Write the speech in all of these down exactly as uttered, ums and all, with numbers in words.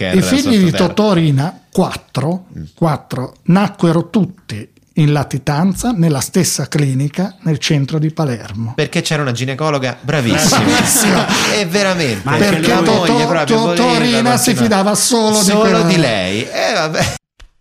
bunker. I figli di Totò Riina, quattro, mm. quattro, nacquero tutti in latitanza nella stessa clinica nel centro di Palermo. Perché c'era una ginecologa bravissima. E veramente. Ma perché la Totò, moglie proprio Totò Riina si fidava solo, solo di, quella... di lei. E vabbè.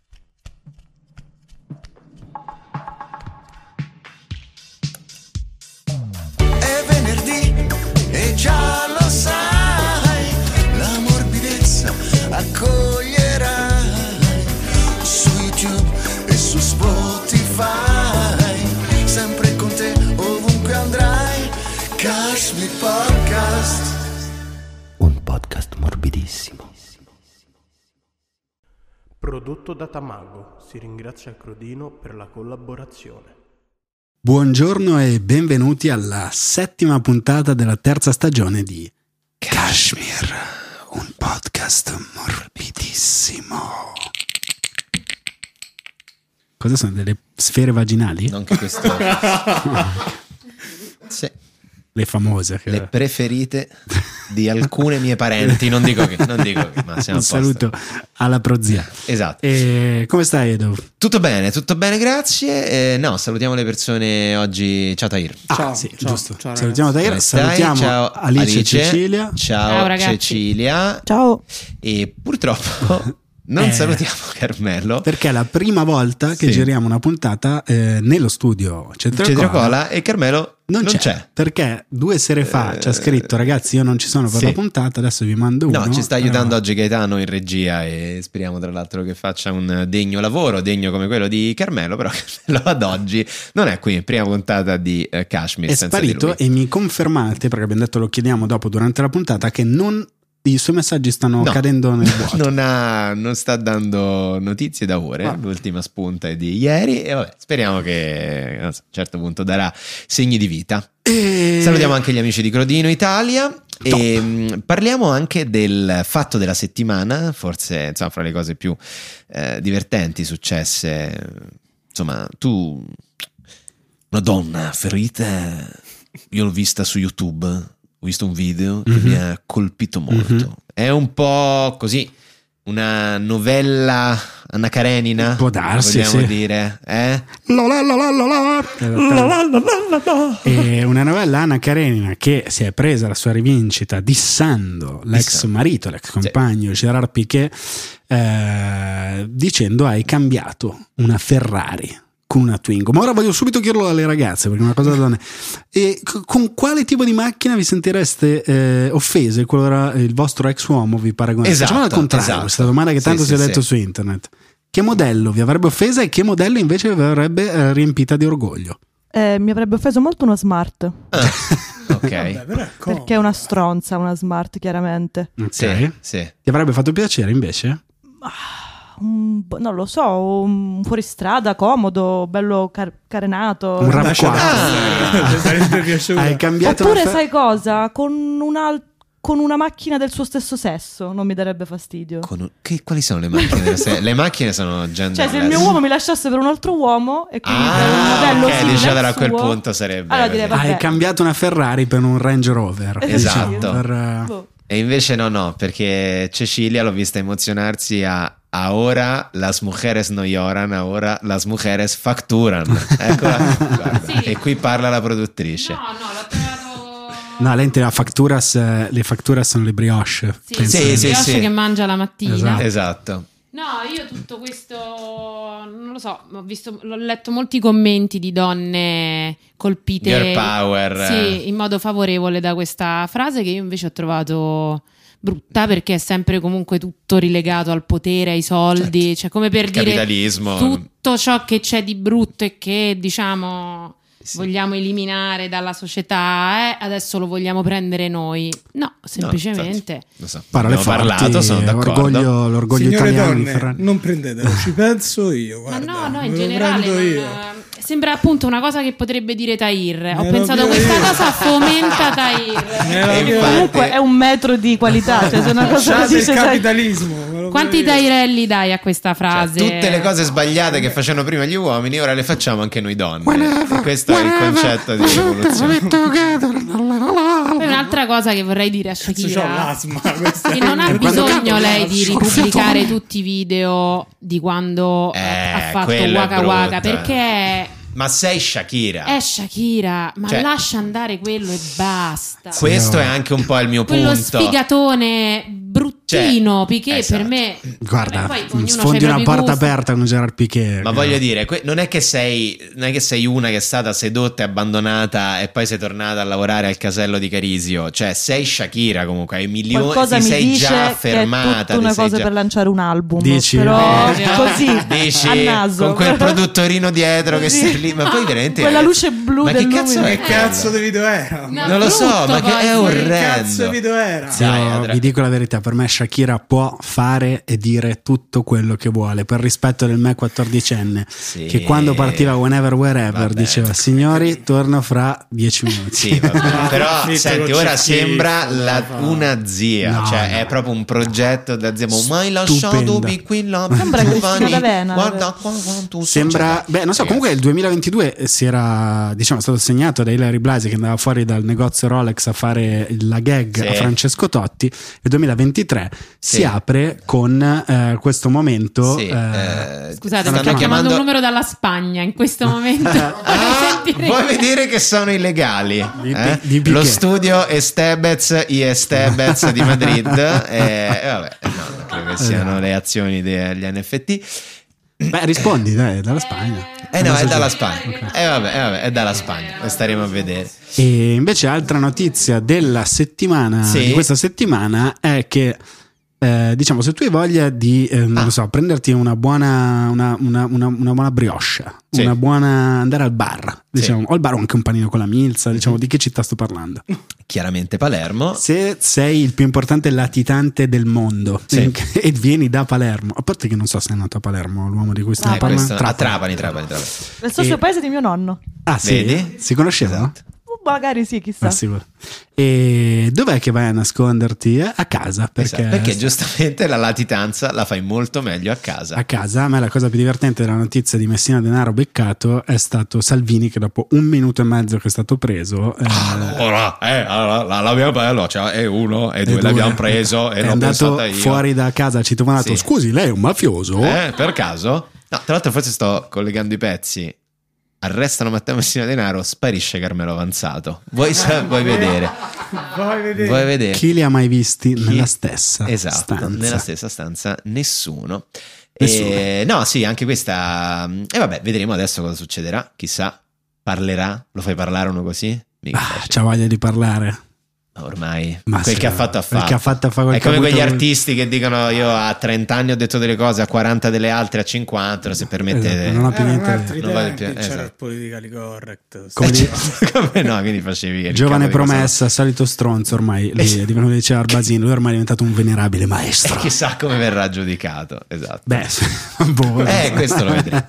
È venerdì e già lo sai, la morbidezza accoglierai su YouTube e su Spotify, sempre con te ovunque andrai. Kashmir Podcast, un podcast morbidissimo. Prodotto da Tamago, si ringrazia Crodino per la collaborazione. Buongiorno e benvenuti alla settima puntata della terza stagione di Kashmir, un podcast morbidissimo. Cosa sono? Delle sfere vaginali? Non che questo. Sì. Le famose. Che... Le preferite di alcune mie parenti. Non dico che, non dico che, ma siamo Un a posto. saluto alla prozia. Esatto. E come stai, Edo? Tutto bene, tutto bene, grazie. Eh, no, salutiamo le persone oggi. Ciao Tahir. Ciao, ah, sì, ciao, giusto. Ciao, salutiamo Tahir, Come stai? salutiamo ciao, Alice, Alice e Cecilia. Ciao, ciao ragazzi. Cecilia. Ciao. E purtroppo non eh, salutiamo Carmelo. Perché è la prima volta che sì. giriamo una puntata eh, nello studio Cetricola e Carmelo non, non c'è, c'è. Perché due sere fa eh, ci ha scritto: ragazzi, io non ci sono per sì. la puntata, adesso vi mando uno. No, ci sta aiutando però... oggi Gaetano in regia e speriamo tra l'altro che faccia un degno lavoro, degno come quello di Carmelo, però Carmelo ad oggi non è qui, prima puntata di uh, Kashmir. È senza sparito di lui. E mi confermate, perché abbiamo detto lo chiediamo dopo durante la puntata, che non i suoi messaggi stanno no, cadendo nel vuoto. Non, ha, non sta dando notizie da ore. Ah. L'ultima spunta è di ieri. E vabbè, speriamo che a un certo punto darà segni di vita. E... Salutiamo anche gli amici di Crodino Italia. E mh, parliamo anche del fatto della settimana, forse insomma, fra le cose più eh, divertenti successe. Insomma, tu, una donna ferita, io l'ho vista su YouTube. Ho visto un video che mm-hmm. mi ha colpito molto. Mm-hmm. È un po' così, una novella Anna Karenina. Può darsi, vogliamo sì. dire, eh? È una novella Anna Karenina che si è presa la sua rivincita dissando l'ex dissando. marito, l'ex compagno sì. Gerard Piquet, eh, dicendo: hai cambiato una Ferrari con una Twingo. Ma ora voglio subito chiederlo alle ragazze, perché è una cosa da donne. E con quale tipo di macchina vi sentireste eh, offese qualora il vostro ex uomo vi paragonasse? Esatto, Facciamo al contrario, esatto. questa domanda che tanto sì, si è sì, letto sì. su internet. Che modello vi avrebbe offesa e che modello invece vi avrebbe eh, riempita di orgoglio? Eh, mi avrebbe offeso molto una Smart. Ah, ok. Vabbè, però è perché è una stronza, una Smart, chiaramente. Okay. Sì, sì. Ti avrebbe fatto piacere invece? Un, non lo so, un fuoristrada comodo, bello car- carenato. Un RAV quattro. Ah, hai cambiato. Oppure fa- sai cosa? Con un altro. Con una macchina del suo stesso sesso non mi darebbe fastidio. Con un... che, quali sono le macchine? Del se... Le macchine sono genderless. Cioè, se il mio uomo mi lasciasse per un altro uomo e quindi ah, per un modello ok, simile diciamo al a quel suo, punto sarebbe. allora direi, vabbè. Hai cambiato una Ferrari per un Range Rover. Esatto. Diciamo, per, boh. E invece no, no, perché Cecilia l'ho vista emozionarsi a ahora las mujeres no lloran, ahora las mujeres facturan. Eccola, guarda. Sì. E qui parla la produttrice. No, no, l'ho trovato. No, lei intende facturas, le facturas sono le brioche. Sì, penso. sì, sì, sì, brioche sì. che mangia la mattina. Esatto. Esatto. No, io tutto questo non lo so, ho visto, l'ho letto molti commenti di donne colpite Girl power. sì, in modo favorevole da questa frase che io invece ho trovato brutta, perché è sempre comunque tutto rilegato al potere, ai soldi, certo. cioè come per Capitalismo. dire tutto ciò che c'è di brutto e che diciamo sì. vogliamo eliminare dalla società, eh, adesso lo vogliamo prendere noi. No, semplicemente. No, lo so. Parole Abbiamo forti, parlato, sono d'accordo. L'orgoglio, l'orgoglio Signore italiano donne, di Ferrari. non prendetelo, ci penso io. Guarda, Ma no, no, me in lo generale prendo non, io. Sembra appunto una cosa che potrebbe dire Tahir. Ho Me pensato lo questa chiedo. cosa fomenta Tahir. Me lo chiedo. Comunque è un metro di qualità, cioè se una cosa Lasciate così il se sai- capitalismo. me lo Quanti chiedo. Tahirelli dai a questa Cioè, frase? tutte le cose sbagliate che facevano prima gli uomini ora le facciamo anche noi donne. E questo è il concetto di rivoluzione. Poi un'altra cosa che vorrei dire a C'ho Shakira, l'asma. questa che è- non ha Quando bisogno canto lei di l'asma. ripubblicare tutti i video di quando Eh, ha fatto quello è Waka Waka, brutto, perché Ma sei Shakira. è Shakira, ma Cioè- lascia andare quello e basta. Questo è anche un po' il mio Quello punto. sfigatone bruttino, Cioè, Piqué esatto. per me. Guarda, Vabbè, poi ognuno sfondi c'ha i una propri porta gusti. aperta con Gerard Piqué. Ma che- voglio dire, que- non è che sei non è che sei una che è stata sedotta e abbandonata e poi sei tornata a lavorare al casello di Carisio. Cioè, sei Shakira comunque, hai milioni, qualcosa ti mi sei dice già che è fermata. tutta ti una sei cosa già- per lanciare un album. Dici? Però Eh, così Dici, a naso con quel produttorino dietro che Così. stai lì, ma poi veramente Quella luce blu ma del che cazzo nome. è Che cazzo di video era? No, Non lo so, brutto ma che poi, è sì. orrendo. Che cazzo di video era? Sì. Io Dai, Andrea. vi dico la verità, per me Shakira può fare e dire tutto quello che vuole, per rispetto del me quattordicenne, Sì. che quando partiva Whenever Wherever Vabbè. diceva signori torno fra dieci minuti. Sì, vabbè. Però Fitto senti, con ora schifo, sembra la- fa. una zia, No, cioè no. è proprio un progetto da zia. Ma mai lasciato Stupenda. di qui là, Sembra Giovanni, Cristina D'Avena. guarda qua quanto Sembra, beh, non so, comunque il duemilaventidue si era, diciamo, stato segnato da Hilary Blasi che andava fuori dal negozio Rolex a fare la gag Sì. a Francesco Totti. Il duemilaventitré Sì. si apre con eh, questo momento. Sì, eh, eh, Scusate, stanno sto chiamando chiamando- un numero dalla Spagna in questo momento. Ah, Sentire- vuoi vedere che sono illegali? Di- eh? di Piqué. Lo studio Estebez i Estebez di Madrid e e vabbè, no, non credo che siano le azioni degli N F T. Beh, rispondi, dai, dalla Spagna. Eh no, Cosa è dalla c'è? Spagna. Eh vabbè, eh vabbè, è dalla Spagna. Lo staremo a vedere. E invece altra notizia della settimana, Sì. di questa settimana, è che eh, diciamo, se tu hai voglia di eh, non Ah. lo so, prenderti una buona una, una, una, una buona brioche, Sì. una buona andare al bar, diciamo, Sì. o al bar o anche un panino con la milza, diciamo, di che città sto parlando? Chiaramente Palermo. Se sei il più importante latitante del mondo Sì. e vieni da Palermo, a parte che non so se è nato a Palermo l'uomo di cui stiamo Eh, parlando, questo- a Trapani, Trapani, Trapani. Nel socio E- paese di mio nonno. Ah, sì? Vedi? Si conoscevano? Esatto. Uh, magari sì, chissà. Ah, sicuro. E dov'è che vai a nasconderti? Eh, A casa, perché, Esatto, perché giustamente la latitanza la fai molto meglio a casa. a casa. A me la cosa più divertente della notizia di Messina Denaro beccato è stato Salvini che dopo un minuto e mezzo che è stato preso eh, Allora, eh, allora, l'abbiamo bello, cioè, è uno e e due due- l'abbiamo preso e è l'ho andato pensata io. fuori da casa, ha citofonato: Sì. scusi, lei è un mafioso? Eh, per caso? No, tra l'altro forse sto collegando i pezzi. Arrestano Matteo Messina Denaro, sparisce Carmelo Avanzato. Vuoi, sa- vuoi vedere? Vuoi vedere? Vuoi vedere? Chi li ha mai visti Chi- nella stessa Esatto, stanza? nella stessa stanza nessuno. Nessuno. E, no, sì, anche questa. E vabbè, vedremo adesso cosa succederà. Chissà, parlerà? Lo fai parlare uno così? Mica Ah, facile. c'ha voglia di parlare. Ormai Ma quel sì, che ha fatto ha quel fatto. che ha fatto ha fatto, quel È che ha come quegli avuto- artisti che dicono io a trenta anni ho detto delle cose, a quaranta delle altre, a cinquanta, se permettete. Esatto, non ha più niente da dire. non vale più, c'era esatto. il politically correct. Come di- Come no, quindi facevi il Giovane capo di cosa- promessa, solito stronzo ormai. Lui è diventato, diceva Arbasino, lui ormai è diventato un venerabile maestro. E chissà come verrà giudicato, esatto. Beh, boh, Eh, questo lo vedremo.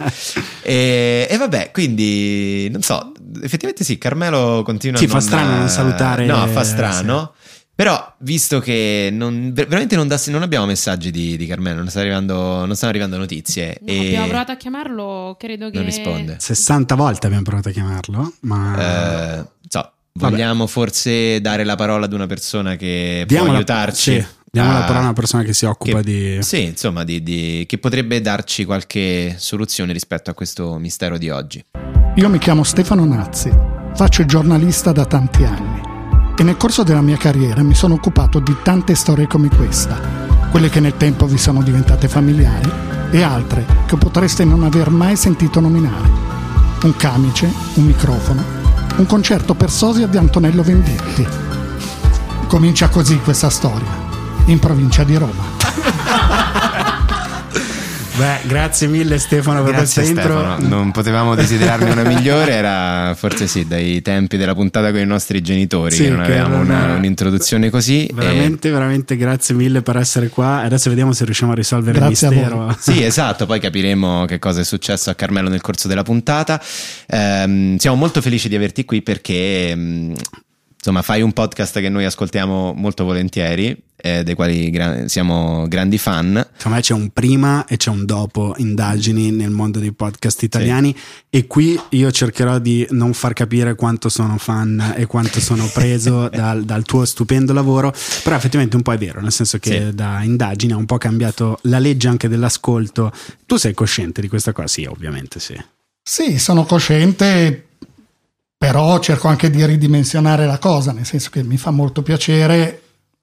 E, e vabbè, quindi non so, effettivamente sì, Carmelo continua Sì, a fa strano non salutare- No, fa eh, strano. Però, visto che non, ver- veramente non, dà- non abbiamo messaggi di, di Carmelo, non, sta arrivando, non stanno arrivando notizie. No, e abbiamo provato a chiamarlo, credo che non risponde. sessanta volte abbiamo provato a chiamarlo, ma Eh, so, vogliamo forse dare la parola ad una persona che diamo può la- aiutarci? sì, diamo la a- parola a una persona che si occupa che- di... Sì, insomma, di, di- che potrebbe darci qualche soluzione rispetto a questo mistero di oggi. Io mi chiamo Stefano Nazzi, faccio il giornalista da tanti anni e nel corso della mia carriera mi sono occupato di tante storie come questa, quelle che nel tempo vi sono diventate familiari e altre che potreste non aver mai sentito nominare. Un camice, un microfono, un concerto per sosia di Antonello Venditti. Comincia così questa storia, in provincia di Roma. Beh, grazie mille Stefano per Grazie questa intro. Stefano, non potevamo desiderarne una migliore, era forse sì, dai tempi della puntata con i nostri genitori Sì, che non che avevamo era- una- un'introduzione così. Veramente, veramente grazie mille per essere qua. Adesso vediamo se riusciamo a risolvere Grazie a il voi. mistero. Sì, esatto, poi capiremo che cosa è successo a Carmelo nel corso della puntata. Ehm, siamo molto felici di averti qui perché mh, insomma fai un podcast che noi ascoltiamo molto volentieri, eh, dei quali gra- siamo grandi fan. Secondo me c'è un prima e c'è un dopo indagini nel mondo dei podcast italiani, e qui io cercherò di non far capire quanto sono fan e quanto sono preso dal, dal tuo stupendo lavoro, però effettivamente un po' è vero, nel senso che Sì. da indagini ha un po' cambiato la legge anche dell'ascolto. Tu sei cosciente di questa cosa? Sì, ovviamente sì. Sì, sono cosciente, però cerco anche di ridimensionare la cosa, nel senso che mi fa molto piacere,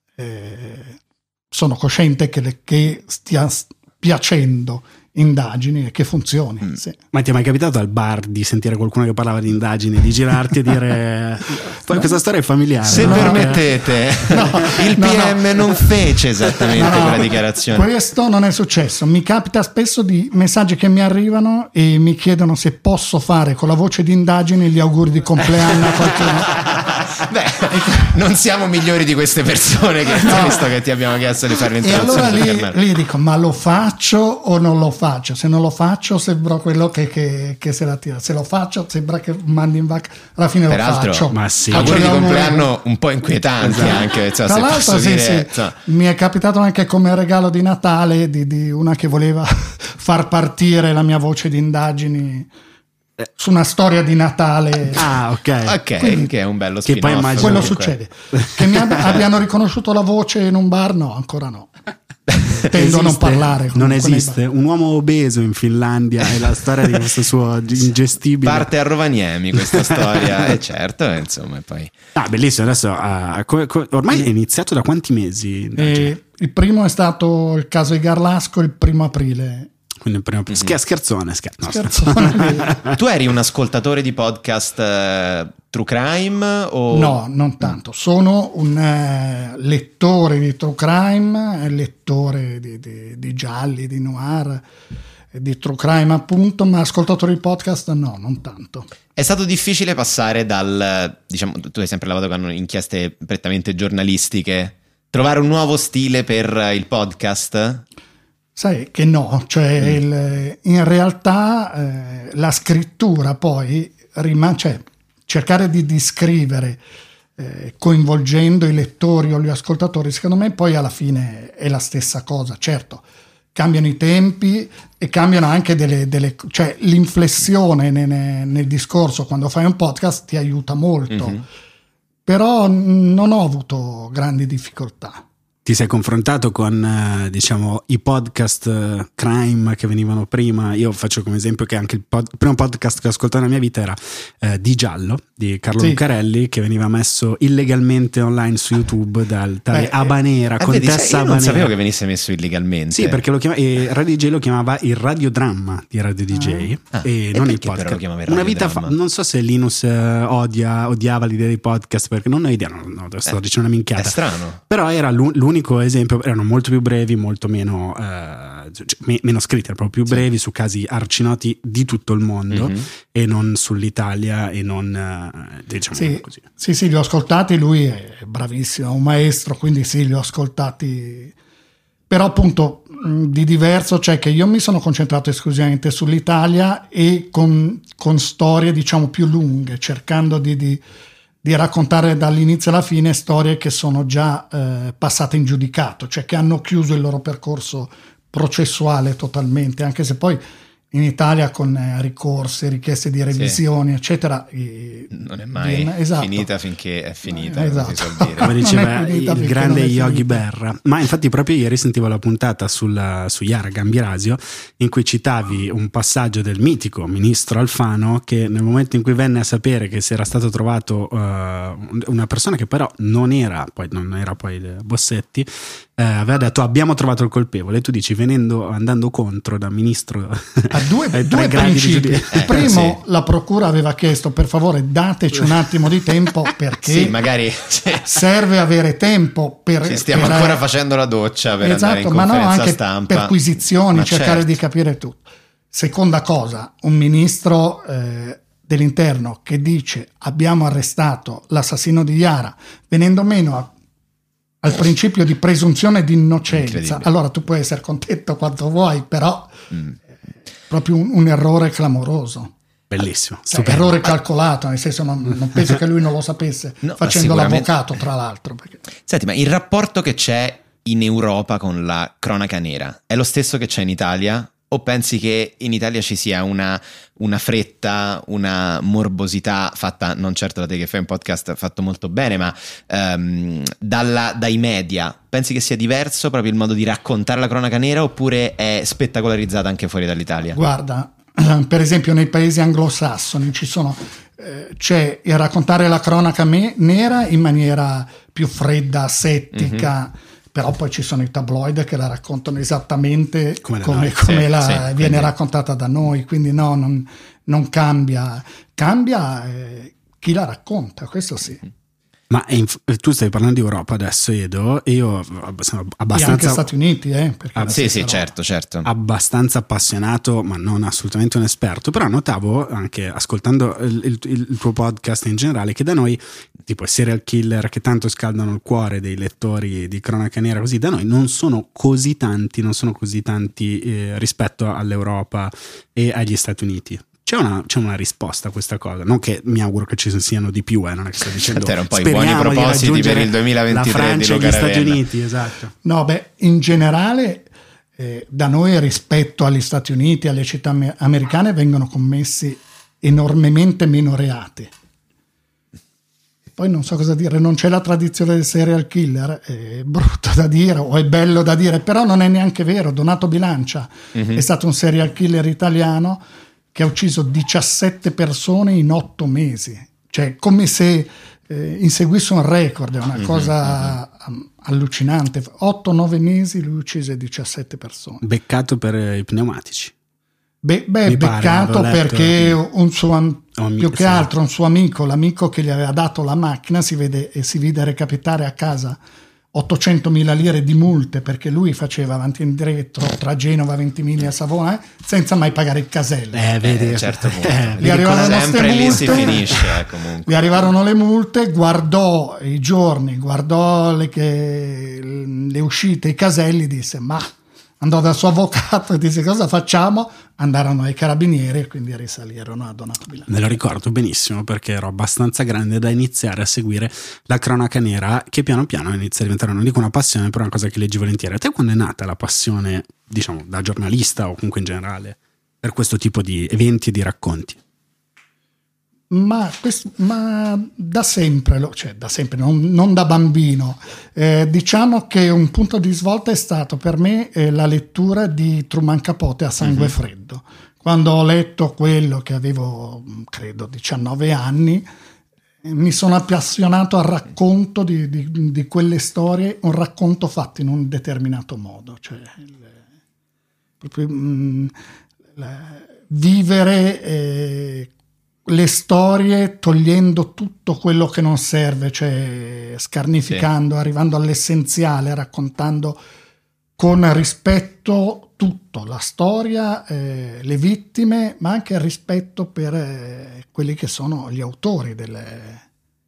eh, sono cosciente che, le- che stia s- piacendo indagini e che funzioni. Mm. Sì. Ma ti è mai capitato al bar di sentire qualcuno che parlava di indagini, di girarti e dire poi questa storia è familiare? Se no? permettete, No, il no, P M no. non fece esattamente No, no, quella dichiarazione. Questo non è successo. Mi capita spesso di messaggi che mi arrivano e mi chiedono se posso fare con la voce di indagini gli auguri di compleanno a qualcuno. Beh, non siamo migliori di queste persone che, No. visto che ti abbiamo chiesto di fare E l'introduzione allora su lì, Carmelo. lì dico: ma lo faccio o non lo faccio? Se non lo faccio sembro quello che, che, che se la tira, se lo faccio sembra che mandi in vacca. Alla fine Peraltro, lo faccio. ma sì. Faccio auguri gli di auguri. compleanno un po' inquietanti anche, insomma, Tra se l'altro, posso sì, dire, sì. insomma. Mi è capitato anche come regalo di Natale di, di una che voleva far partire la mia voce di indagini su una storia di Natale. Ah, ok. Ok, Quindi- che è un bello Che poi spin-off. immagino- Quello comunque. succede. Che mi ab- abbiano riconosciuto la voce in un bar? No, ancora no. Tendo a non Esiste? parlare. Non comunque nei esiste un uomo obeso in Finlandia e la storia di questo suo ingestibile. Parte a Rovaniemi questa storia, e certo, e insomma, e poi Ah, bellissimo. Adesso ah, come- come- ormai è iniziato da quanti mesi? bar. E il primo è stato il caso di Garlasco il primo aprile. Quindi il primo- scher- scherzone, scher- no, Scherzone. tu eri un ascoltatore di podcast eh, true crime o No, non tanto. Sono un eh, lettore di true crime, eh, lettore di, di- di gialli, di noir, eh, di true crime appunto, ma ascoltatore di podcast no, non tanto. È stato difficile passare dal, diciamo, tu hai sempre lavorato con inchieste prettamente giornalistiche, trovare un nuovo stile per il podcast? Sai che no, cioè il- in realtà eh, la scrittura poi rimane, cioè cercare di descrivere eh, coinvolgendo i lettori o gli ascoltatori, secondo me poi alla fine è la stessa cosa. Certo, cambiano i tempi e cambiano anche delle, delle cioè l'inflessione nel, nel discorso quando fai un podcast ti aiuta molto, Mhm. però n- non ho avuto grandi difficoltà. Ti sei confrontato con eh, diciamo i podcast eh, crime che venivano prima? Io faccio come esempio che anche il, pod- il primo podcast che ho ascoltato nella mia vita era eh, Di Giallo di Carlo Sì. Lucarelli, che veniva messo illegalmente online su YouTube dal tale Beh, Abanera, Eh, vedi, sai, contessa io non Abanera. sapevo che venisse messo illegalmente. Sì, perché lo chiama, e Radio D J lo chiamava il radiodramma di Radio D J Ah. e E non il perché però podcast. lo chiamava il Una vita fa, radiodramma? non so se Linus eh, odia, odiava l'idea dei podcast, perché non ho idea, no, no, sto Eh, dicendo una minchiata. È strano. Però era l'u- l'unico esempio, erano molto più brevi, molto meno, eh, cioè, me- meno scritti, erano proprio più brevi su casi arcinoti di tutto il mondo Mhm. e non sull'Italia e non eh, diciamo Sì, così. sì, sì, li ho ascoltati, lui è bravissimo, è un maestro, quindi sì, li ho ascoltati. Però appunto mh, di diverso c'è che io mi sono concentrato esclusivamente sull'Italia e con, con storie diciamo più lunghe, cercando di, di, di raccontare dall'inizio alla fine storie che sono già eh, passate in giudicato, cioè che hanno chiuso il loro percorso processuale totalmente, anche se poi in Italia con eh, ricorsi, richieste di revisioni, eccetera, i- Non è mai viene- esatto. finita finché è finita, Eh, come si esatto. suol dire. Come Non diceva è finita il finché grande non è Yogi finita. Berra. Ma infatti proprio ieri sentivo la puntata sul, su Yara Gambirasio in cui citavi un passaggio del mitico ministro Alfano, che nel momento in cui venne a sapere che si era stato trovato uh, una persona che però non era poi, non era poi Bossetti, eh, aveva detto abbiamo trovato il colpevole, tu dici venendo, andando contro da ministro a due, ai due tre gradi di principi. giudizio. Il primo, sì. La procura aveva chiesto per favore dateci un attimo di tempo perché Sì, magari sì. serve avere tempo per Ci stiamo per- ancora facendo la doccia per esatto, andare in ma no, conferenza anche stampa. perquisizioni, Ma cercare certo. di capire tutto. Seconda cosa, un ministro eh, dell'interno che dice abbiamo arrestato l'assassino di Yara, venendo meno a, al principio di presunzione di innocenza, Incredibile. allora tu puoi essere contento quanto vuoi, però Mm. è proprio un, un errore clamoroso. Bellissimo, Cioè, stupendo. errore calcolato, nel senso non, non penso che lui non lo sapesse, No, ma facendo sicuramente- l'avvocato tra l'altro. Perché... Senti, ma il rapporto che c'è in Europa con la cronaca nera è lo stesso che c'è in Italia? O pensi che in Italia ci sia una, una fretta, una morbosità fatta, non certo da te che fai un podcast fatto molto bene, ma ehm, dalla- dai media? Pensi che sia diverso proprio il modo di raccontare la cronaca nera oppure è spettacolarizzata anche fuori dall'Italia? Guarda, per esempio nei paesi anglosassoni ci sono, eh, c'è il raccontare la cronaca me- nera in maniera più fredda, asettica, Mm-hmm. però poi ci sono i tabloid che la raccontano esattamente Come come, da noi. come Sì, la, sì, viene quindi- raccontata da noi, quindi no, non, non cambia, cambia eh, chi la racconta, questo sì. Ma è inf- tu stai parlando di Europa adesso, Edo, e io sono E anche abbastanza Stati Uniti, eh, perché Ah, è la Sì, stessa sì, roba. certo, certo. abbastanza appassionato, ma non assolutamente un esperto, però notavo anche ascoltando il, il- il tuo podcast in generale che da noi, tipo i serial killer che tanto scaldano il cuore dei lettori di cronaca nera, così da noi non sono così tanti, non sono così tanti eh, rispetto all'Europa e agli Stati Uniti. C'è una, c'è una risposta a questa cosa, non che mi auguro che ci siano di più, eh, non è che sto dicendo Certo, era un po' i speriamo buoni di propositi per raggiungere il duemilaventitré la Francia di e Luca gli Stati Ravenna. Uniti, esatto. No, beh, in generale eh, da noi rispetto agli Stati Uniti, alle città me- americane, vengono commessi enormemente meno reati. E poi non so cosa dire, non c'è la tradizione del serial killer, è brutto da dire o è bello da dire, però non è neanche vero. Donato Bilancia Mhm. è stato un serial killer italiano che ha ucciso diciassette persone in otto mesi, cioè come se eh, inseguisse un record, è una Mhm, cosa um, allucinante. otto nove mesi lui uccise diciassette persone. Beccato per i pneumatici. Be- beh, Mi pare, beccato avevo letto. perché un suo am- Oh, mi- più che sì. altro un suo amico, l'amico che gli aveva dato la macchina, si vede e si vide recapitare a casa ottocentomila lire di multe perché lui faceva avanti e indietro tra Genova, Ventimiglia e Savona eh, senza mai pagare il casello. Eh, vedi, Eh, certo punto. eh, Gli vedi arrivavano cosa- ste Sempre lì si multe. finisce, eh, comunque. Gli arrivarono le multe, guardò i giorni, guardò le, che, le uscite, i caselli, disse ma andò dal suo avvocato e disse cosa facciamo? Andarono ai carabinieri e quindi risalirono a Donato Bilancia. Me lo ricordo benissimo perché ero abbastanza grande da iniziare a seguire la cronaca nera, che piano piano inizia a diventare non dico una passione, però una cosa che leggi volentieri. A te quando è nata la passione, diciamo, da giornalista o comunque in generale, per questo tipo di eventi e di racconti? Ma, quest- ma da sempre, lo- cioè da sempre, non, non da bambino, eh, diciamo che un punto di svolta è stato per me eh, la lettura di Truman Capote a sangue Mhm. freddo. Quando ho letto quello che avevo, credo, diciannove anni, eh, mi sono appassionato al racconto di, di- di quelle storie, un racconto fatto in un determinato modo, cioè il- proprio, mm, la- vivere eh, le storie togliendo tutto quello che non serve, cioè scarnificando, arrivando all'essenziale, raccontando con rispetto tutto, la storia, eh, le vittime, ma anche il rispetto per eh, quelli che sono gli autori delle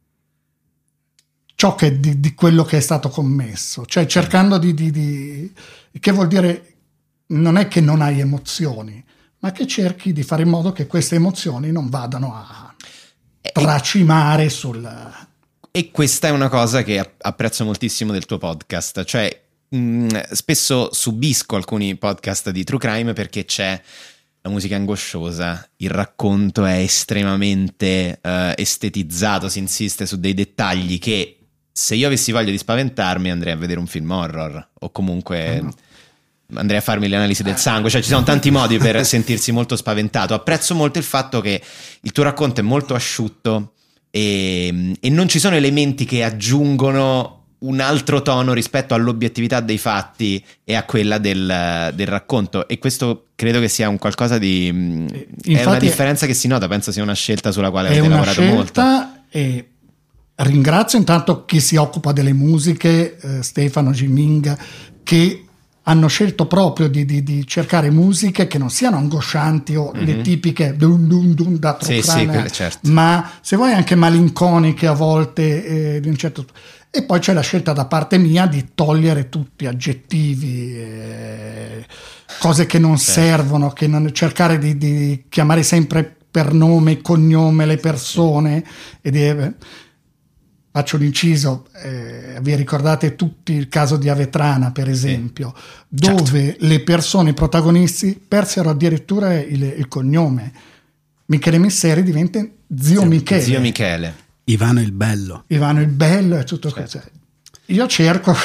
ciò che di, di quello che è stato commesso, cioè cercando di, di, di che vuol dire non è che non hai emozioni, ma che cerchi di fare in modo che queste emozioni non vadano a tracimare sul... E questa è una cosa che app- apprezzo moltissimo del tuo podcast, cioè mh, spesso subisco alcuni podcast di true crime perché c'è la musica angosciosa, il racconto è estremamente eh, estetizzato, si insiste su dei dettagli che se io avessi voglia di spaventarmi andrei a vedere un film horror o comunque... No. andrei a farmi le analisi del sangue, cioè ci sono tanti modi per sentirsi molto spaventato. Apprezzo molto il fatto che il tuo racconto è molto asciutto e, e non ci sono elementi che aggiungono un altro tono rispetto all'obiettività dei fatti e a quella del, del racconto, e questo credo che sia un qualcosa di Infatti è una differenza che si nota, penso sia una scelta sulla quale è avete una lavorato scelta molto. E ringrazio intanto chi si occupa delle musiche, eh, Stefano Giminga, che hanno scelto proprio di, di, di cercare musiche che non siano angoscianti o mm-hmm. le tipiche dun dun dun da sì, sì, quelle, certo. ma se vuoi anche malinconiche a volte, eh, di un certo. E poi c'è la scelta da parte mia di togliere tutti aggettivi, eh, cose che non certo. servono, che non, cercare di, di chiamare sempre per nome e cognome le persone e di, eh, faccio un inciso, eh, vi ricordate tutti il caso di Avetrana, per esempio, sì, dove certo. le persone, i protagonisti, persero addirittura il, il cognome. Michele Misseri diventa zio, zio Michele. Zio Michele. Ivano il Bello. Ivano il Bello e tutto certo. questo. Io cerco,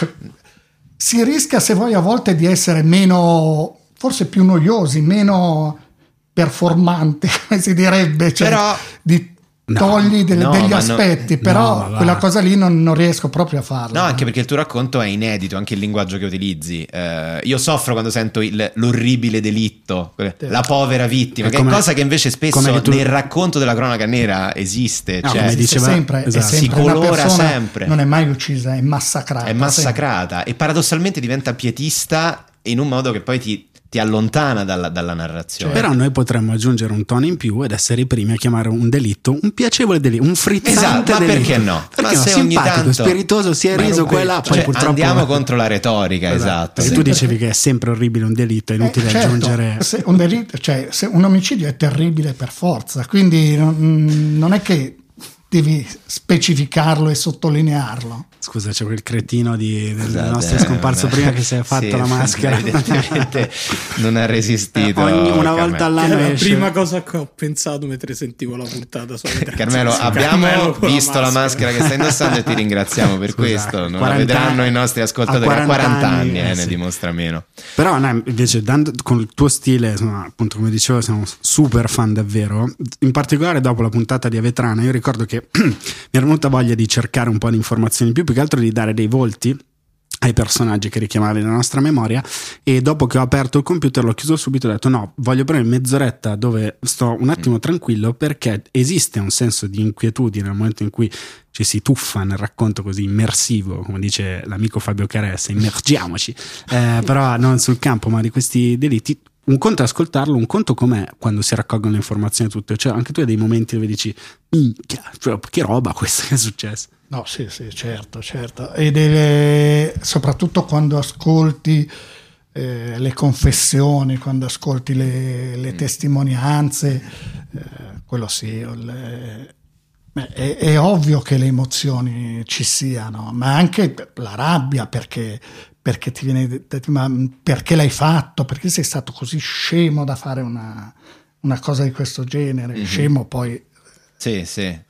si rischia se vuoi a volte di essere meno, forse più noiosi, meno performanti, come si direbbe, cioè però di No, togli delle, no, degli ma aspetti, no, però no, quella cosa lì non, non riesco proprio a farla. No, anche perché il tuo racconto è inedito, anche il linguaggio che utilizzi. Eh, io soffro quando sento il, l'orribile delitto, la povera vittima, è che come, è cosa che invece spesso tu... nel racconto della cronaca nera esiste. No, cioè, come diceva, sempre, esatto. è sempre si colora una persona, sempre. Non è mai uccisa, è massacrata. È massacrata sempre. E paradossalmente diventa pietista in un modo che poi ti, ti allontana dalla, dalla narrazione. Però noi potremmo aggiungere un tono in più ed essere i primi a chiamare un delitto un piacevole delitto, un frizzante esatto, ma delitto. perché no? Perché ma no, se simpatico, ogni tanto spiritoso, si è reso qua e là, poi cioè, purtroppo andiamo contro la retorica, esatto. E sì. tu dicevi che è sempre orribile un delitto, è inutile eh, certo, aggiungere se un, delitto, cioè, se un omicidio è terribile per forza, quindi non, non è che devi specificarlo e sottolinearlo. Scusa, c'è quel cretino di, del Scusate, nostro eh, scomparso beh, prima che si è fatto sì, la maschera. Evidentemente non ha resistito. Ogni, una Carmelo. volta all'anno È la esce. prima cosa che ho pensato mentre sentivo la puntata. Carmelo, abbiamo Carmelo visto la maschera che stai indossando e ti ringraziamo per Scusa, questo. Non la quaranta vedranno i nostri ascoltatori. A quaranta quaranta anni, anni, eh, eh, ne sì. dimostra meno. Però no, invece dando, con il tuo stile, insomma, appunto come dicevo, siamo super fan davvero. In particolare dopo la puntata di Avetrana, io ricordo che mi era venuta voglia di cercare un po' di informazioni in più, più che altro di dare dei volti ai personaggi che richiamavi nella nostra memoria, e dopo che ho aperto il computer l'ho chiuso subito e ho detto no, voglio prendere mezz'oretta dove sto un attimo tranquillo, perché esiste un senso di inquietudine nel momento in cui ci si tuffa nel racconto così immersivo, come dice l'amico Fabio Caressa, immergiamoci, eh, però non sul campo ma di questi delitti. Un conto è ascoltarlo, un conto com'è quando si raccolgono le informazioni tutte, cioè anche tu hai dei momenti dove dici cioè, che roba questa che è successa. No, sì, sì, certo, certo. E deve, soprattutto quando ascolti eh, le confessioni, quando ascolti le, le testimonianze, eh, quello sì, le, beh, è, è ovvio che le emozioni ci siano, ma anche la rabbia, perché perché ti viene detto, ma perché l'hai fatto? Perché sei stato così scemo da fare una, una cosa di questo genere? Mm-hmm. Scemo poi... Sì, sì.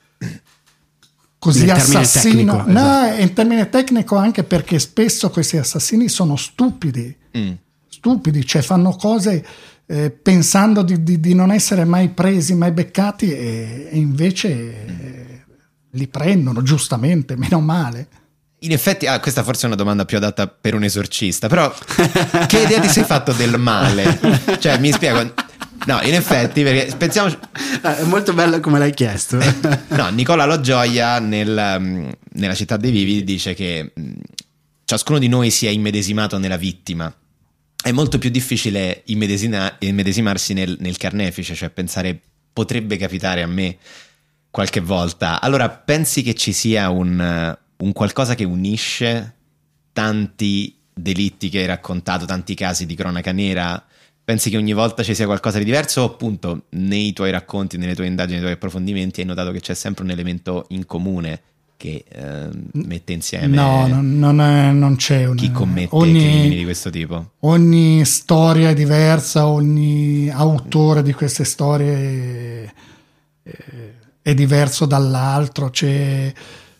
Così nel termine assassino. tecnico, no, esatto. In termine tecnico anche perché spesso questi assassini sono stupidi. Mm. Stupidi, cioè fanno cose eh, pensando di, di, di non essere mai presi, mai beccati e, e invece eh, li prendono, giustamente, meno male. In effetti, ah, questa forse è una domanda più adatta per un esorcista, però che idea ti sei fatto del male? Cioè, mi spiego. No, in effetti, perché pensiamo... È molto bello come l'hai chiesto. No, Nicola Logioia nel, nella Città dei Vivi dice che ciascuno di noi si è immedesimato nella vittima. È molto più difficile immedesina, immedesimarsi nel, nel carnefice, cioè pensare potrebbe capitare a me qualche volta. Allora, pensi che ci sia un... un qualcosa che unisce tanti delitti che hai raccontato, tanti casi di cronaca nera? Pensi che ogni volta ci sia qualcosa di diverso, o appunto nei tuoi racconti, nelle tue indagini, nei tuoi approfondimenti hai notato che c'è sempre un elemento in comune che eh, mette insieme no, non, non, è, non c'è un, chi commette ogni, crimini di questo tipo? Ogni storia è diversa, ogni autore di queste storie è, è diverso dall'altro. C'è,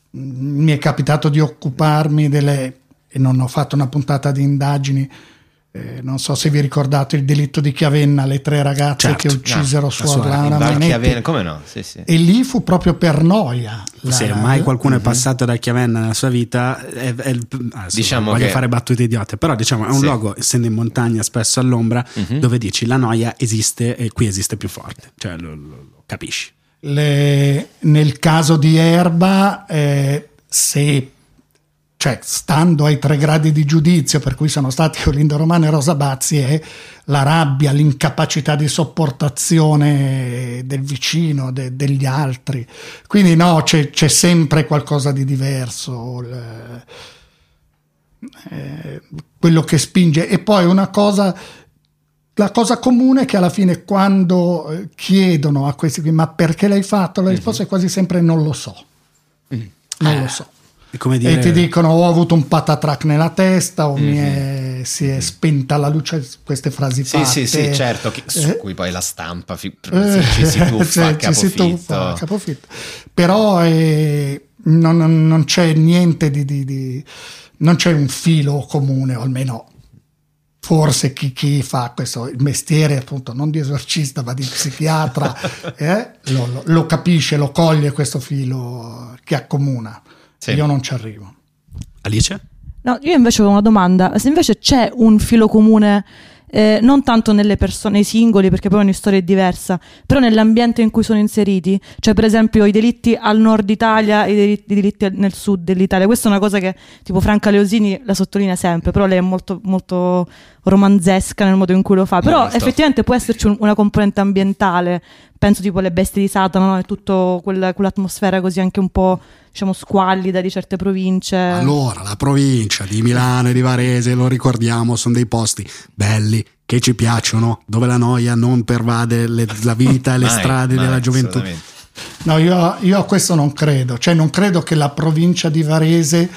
mi è capitato di occuparmi delle, e non ho fatto una puntata di indagini, Eh, non so se vi ricordate il delitto di Chiavenna, le tre ragazze Certo, che uccisero no, Suor Laura Val Mainetti. Chiavenna, come no? Sì, sì. E lì fu proprio per noia. La- Se mai qualcuno Mhm. è passato da Chiavenna nella sua vita, è, è il- adesso Diciamo voglio che- fare battute idiote, però diciamo è un Sì. luogo, essendo in montagna, spesso all'ombra, Mhm. dove dici la noia esiste e qui esiste più forte, cioè lo, lo- lo capisci. Le- nel caso di Erba, eh, se cioè stando ai tre gradi di giudizio per cui sono stati Olindo Romano e Rosa Bazzi, è la rabbia, l'incapacità di sopportazione del vicino, de- degli altri. Quindi no, c'è, c'è sempre qualcosa di diverso. Il- eh, quello che spinge. E poi una cosa, la cosa comune è che alla fine quando eh, chiedono a questi qui ma perché l'hai fatto, la risposta è quasi sempre non lo so. Non lo so. È come dire, E ti dicono ho avuto un patatrack nella testa o mi è, si è spenta la luce, queste frasi Sì, fatte. sì, sì, certo, che- su Eh, cui poi la stampa fi- eh, ci si tuffa a cioè, ci si capofitto. tuffa a capofitto. Però eh, non, non- non c'è niente di, di- di- non c'è un filo comune, o almeno forse chi, chi fa questo il mestiere appunto non di esorcista ma di psichiatra eh, lo, lo- lo capisce, lo coglie questo filo che accomuna. Sì. Io non ci arrivo. Alice? No, io invece ho una domanda. Se invece c'è un filo comune, eh, non tanto nelle persone, i singoli, perché poi ogni storia è diversa, però nell'ambiente in cui sono inseriti, cioè per esempio i delitti al nord Italia e i delitti, i delitti nel sud dell'Italia. Questa è una cosa che tipo Franca Leosini la sottolinea sempre, però lei è molto, molto romanzesca nel modo in cui lo fa. Però Molto. effettivamente può esserci un- una componente ambientale, penso tipo le bestie di Satana, no? E tutto quella, quell'atmosfera così anche un po' diciamo squallida di certe province. Allora, la provincia di Milano e di Varese, lo ricordiamo, sono dei posti belli, che ci piacciono, dove la noia non pervade le- la vita e le Mai, strade mai, della gioventù. assolutamente. No, io, io a questo non credo, cioè non credo che la provincia di Varese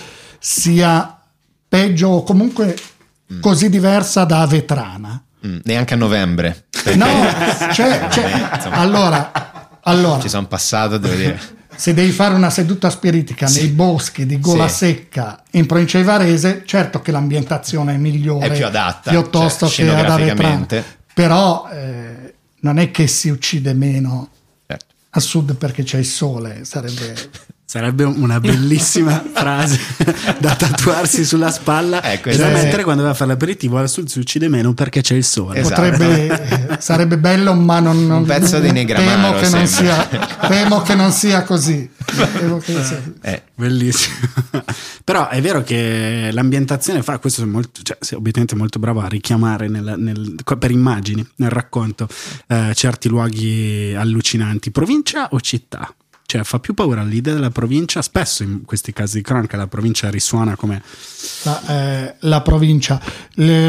sia peggio o comunque così diversa da Avetrana. Mm, neanche a novembre. perché- No, cioè, cioè, Eh, insomma, allora, allora ci sono passato, devo dire. se devi fare una seduta spiritica nei boschi di Gola Sì. Secca in provincia di Varese, certo che l'ambientazione è migliore, È più adatta, piuttosto cioè, che ad Avetrana, scenograficamente. però eh, non è che si uccide meno Certo. a sud perché c'è il sole, sarebbe Sarebbe una bellissima frase da tatuarsi sulla spalla Ecco, e da esatto. mettere quando va a fare l'aperitivo. Al sud si uccide meno perché c'è il sole. Esatto. potrebbe sarebbe bello, ma non, non Un pezzo di Negramaro, temo che non sia sembra. temo che non sia così. Temo che non sia così. Eh, Bellissimo. Però è vero che l'ambientazione fa questo, è molto, cioè, sei obiettivamente molto bravo a richiamare nel- nel- per immagini nel racconto eh, certi luoghi allucinanti. Provincia o città? Cioè fa più paura l'idea della provincia. Spesso in questi casi di cronaca la provincia risuona come La, eh, la provincia. Le,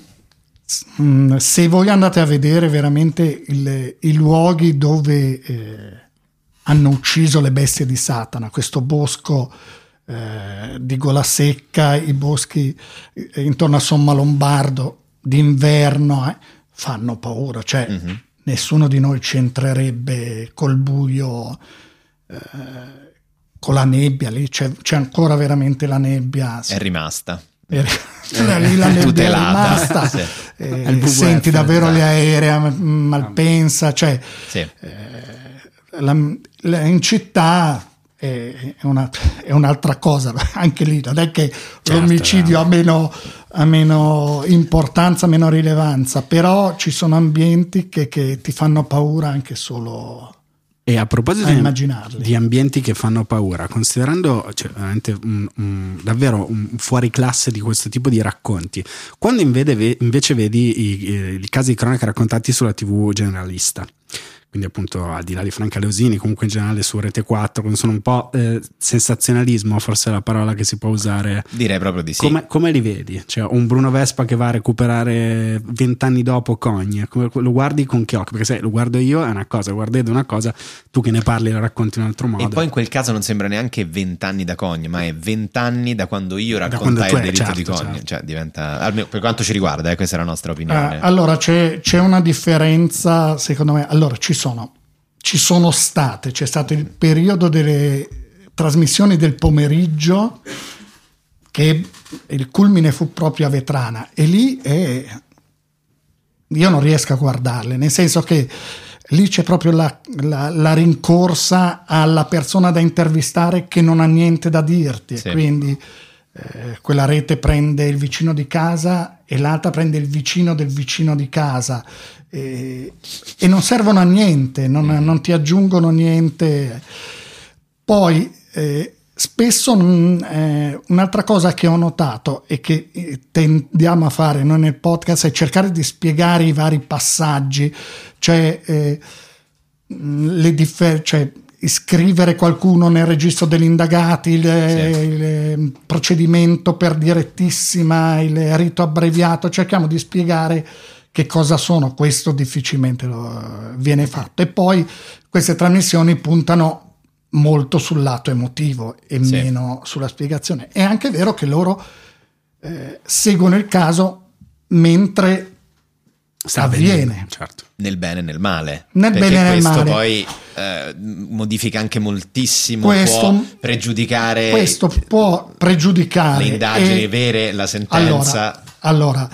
mh, se voi andate a vedere veramente il- i luoghi dove eh, hanno ucciso le bestie di Satana, questo bosco eh, di Gola Secca, i boschi eh, intorno a Somma Lombardo d'inverno, eh, fanno paura. Cioè, Mhm. nessuno di noi ci entrerebbe col buio. Eh, con la nebbia lì c'è, c'è ancora veramente la nebbia, è rimasta. lì la nebbia è Tutelata. rimasta. Sì. Eh, È il W W F, senti davvero esatto. gli aerei a Malpensa, cioè Sì. la- la- in città è, è una- è un'altra cosa, anche lì non è che l'omicidio ha meno, ha meno importanza, meno rilevanza, però ci sono ambienti che, che ti fanno paura anche solo E a proposito a di, immaginarli. di ambienti che fanno paura, considerando cioè, veramente un, un- davvero un fuoriclasse di questo tipo di racconti, quando invece, invece vedi i, i- i casi di cronaca raccontati sulla tivù generalista, quindi appunto al di là di Franca Leosini, comunque in generale su Rete quattro, quando sono un po' eh, sensazionalismo, forse è la parola che si può usare. Direi proprio di sì. Come, come li vedi? Cioè un Bruno Vespa che va a recuperare vent'anni dopo Cogne, come- lo guardi con che occhio? Perché se lo guardo io è una cosa, guardo Edo è una cosa, tu che ne parli lo racconti in un altro modo. E poi in quel caso non sembra neanche vent'anni da Cogne, ma è vent'anni da quando io quando raccontai tu il eri, delitto certo, di Cogne. certo. Cioè diventa, almeno per quanto ci riguarda, eh, questa è la nostra opinione. Eh, allora c'è, c'è una differenza secondo me. Allora ci sono, ci sono state, c'è stato il periodo delle trasmissioni del pomeriggio che il culmine fu proprio a Vetrana e lì è, io non riesco a guardarle, nel senso che lì c'è proprio la, la, la rincorsa alla persona da intervistare che non ha niente da dirti, sì. E quindi eh, quella rete prende il vicino di casa e l'altra prende il vicino del vicino di casa e, e non servono a niente, non, mm. non ti aggiungono niente. Poi eh, spesso mh, eh, un'altra cosa che ho notato e che eh, tendiamo a fare noi nel podcast è cercare di spiegare i vari passaggi, cioè, eh, le differ- cioè iscrivere qualcuno nel registro degli indagati, il, sì. il, il procedimento per direttissima, il rito abbreviato, cerchiamo di spiegare che cosa sono, questo difficilmente lo, viene fatto. E poi queste trasmissioni puntano molto sul lato emotivo e sì. meno sulla spiegazione. È anche vero che loro eh, seguono il caso mentre sta avviene, certo. Nel bene e nel male, nel perché bene e nel questo male. Poi eh, modifica anche moltissimo, questo, può pregiudicare questo può pregiudicare le indagini e, vere, la sentenza. Allora, allora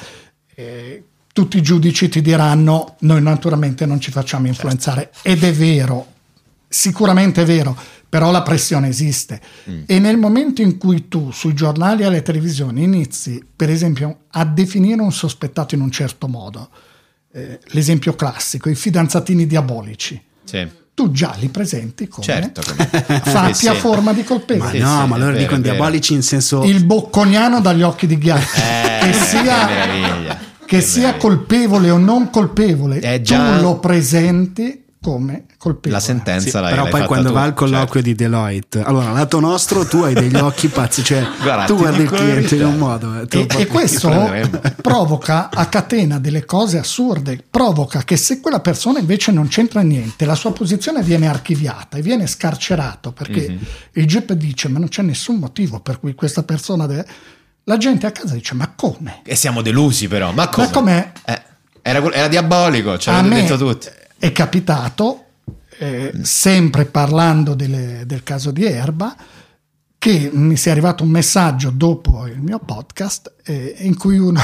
eh, tutti i giudici ti diranno noi naturalmente non ci facciamo influenzare, certo. Ed è vero, sicuramente è vero, però la pressione esiste mm. e nel momento in cui tu sui giornali e alle televisioni inizi per esempio a definire un sospettato in un certo modo, eh, l'esempio classico, i fidanzatini diabolici, sì. tu già li presenti come, certo, come... fatti sì, a sì. forma di colpevoli. Ma sì, no, sì, ma loro vero, dicono diabolici in senso il bocconiano dagli occhi di ghiaccio, eh, che sia, che meraviglia, che che sia meraviglia. colpevole o non colpevole, è già... tu lo presenti come colpevole. La sentenza sì, l'hai, però l'hai poi fatta quando tu, va al colloquio certo. di Deloitte, allora lato nostro tu hai degli occhi pazzi, cioè Guarda, tu ti guardi il dico la cliente in verità. un modo eh, tu E, poi- e questo prenderemo. provoca a catena delle cose assurde, provoca che se quella persona invece non c'entra niente, la sua posizione viene archiviata e viene scarcerato perché Mm-hmm. il G I P dice ma non c'è nessun motivo per cui questa persona deve... La gente a casa dice ma come? E siamo delusi però, ma come? Ma com'è? Eh, era, era diabolico, ce A l'avete me detto tutti. è capitato, eh, sempre parlando delle- del caso di Erba, che mi sia arrivato un messaggio dopo il mio podcast eh, in cui uno,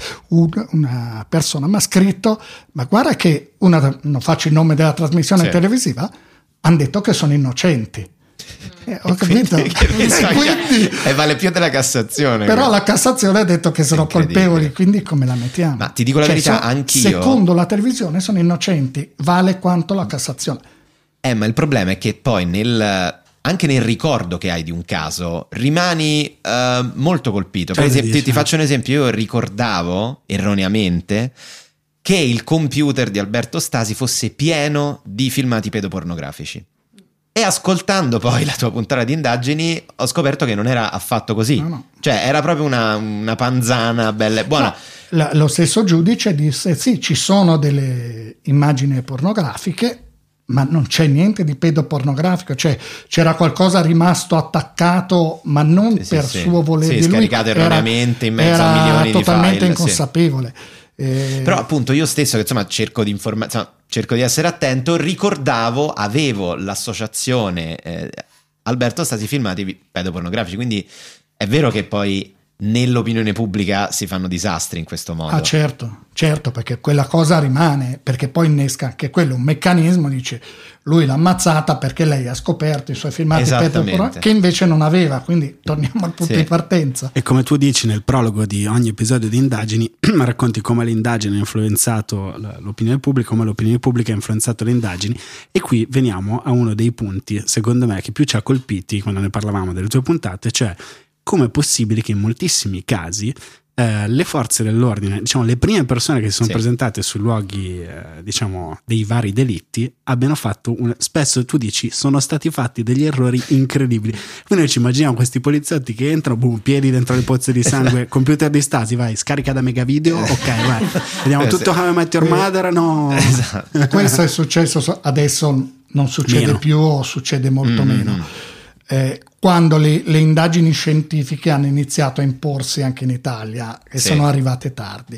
un- una persona mi ha scritto ma guarda che una, non faccio il nome della trasmissione Sì. televisiva, hanno detto che sono innocenti. Eh, ho capito. Quindi, che E bisogna- quindi- e vale più della Cassazione. però quindi. la Cassazione ha detto che sono Incredibile. colpevoli, quindi come la mettiamo? Ma ti dico la Cioè, verità, sono- anch'io- secondo la televisione sono innocenti, vale quanto la Cassazione. Eh, ma il problema è che poi nel... Anche nel ricordo che hai di un caso rimani eh, molto colpito. Per Certo, esempio, ti, dici, ti faccio un esempio: io ricordavo erroneamente che il computer di Alberto Stasi fosse pieno di filmati pedopornografici. E ascoltando poi la tua puntata di indagini ho scoperto che non era affatto così. No, no. Cioè era proprio una, una panzana bella e buona. No, la- lo stesso giudice disse sì, ci sono delle immagini pornografiche, ma non c'è niente di pedopornografico, cioè c'era qualcosa rimasto attaccato, ma non Sì, sì, per sì. suo volere Sì, di lui, scaricato era- erroneamente in mezzo era a milioni di totalmente file, sì. inconsapevole. Eh, Però appunto io stesso che insomma cerco di informa- insomma, cerco di essere attento, ricordavo, avevo l'associazione eh, Alberto Stasi filmati pedopornografici, quindi è vero che poi nell'opinione pubblica si fanno disastri in questo modo. Ah certo, certo, perché quella cosa rimane, perché poi innesca anche quello un meccanismo, dice lui l'ha ammazzata perché lei ha scoperto i suoi filmati Esattamente. pedoporno- che invece non aveva, quindi torniamo al punto Sì. di partenza. E come tu dici nel prologo di ogni episodio di indagini, racconti come l'indagine ha influenzato l- l'opinione pubblica, come l'opinione pubblica ha influenzato le indagini, e qui veniamo a uno dei punti, secondo me, che più ci ha colpiti quando ne parlavamo delle tue puntate, cioè come è possibile che in moltissimi casi eh, le forze dell'ordine, diciamo le prime persone che si sono Sì. presentate sui luoghi eh, diciamo dei vari delitti abbiano fatto un, spesso tu dici sono stati fatti degli errori incredibili. Quindi noi ci immaginiamo questi poliziotti che entrano, boom, piedi dentro le pozze di sangue, computer di Stasi, vai, scarica da mega video, ok, vai, vediamo tutto come Met Your Mother, no. Esatto. Questo è successo, so- adesso non succede Meno. più o succede molto Mm, meno. mm. Eh, quando le, le indagini scientifiche hanno iniziato a imporsi anche in Italia e Sì. sono arrivate tardi.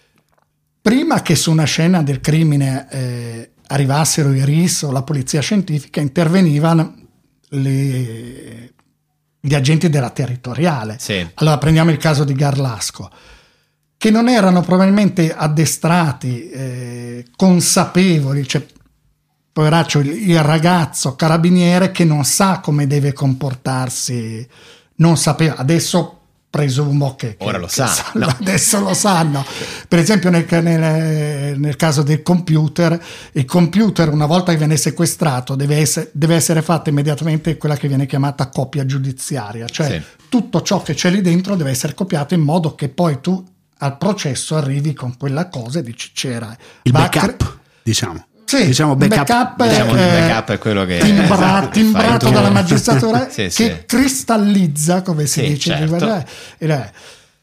Prima che su una scena del crimine eh, arrivassero i R I S o la polizia scientifica, intervenivano le- gli agenti della territoriale. Sì. Allora prendiamo il caso di Garlasco. che non erano probabilmente addestrati, eh, consapevoli, cioè poveraccio il, il ragazzo carabiniere che non sa come deve comportarsi, non sapeva, adesso presumo che, che ora lo che sa, sanno, no. adesso lo sanno. Per esempio nel, nel, nel caso del computer, il computer una volta che viene sequestrato deve essere, deve essere fatta immediatamente quella che viene chiamata copia giudiziaria, cioè sì. tutto ciò che c'è lì dentro deve essere copiato in modo che poi tu al processo arrivi con quella cosa e dici c'era il va backup, cre- diciamo. Sì, diciamo backup, backup, diciamo eh, il backup è quello che timbra, esatto, timbrato fai dalla tu. magistratura Sì, che sì. cristallizza, come si Sì, dice. certo. Eh,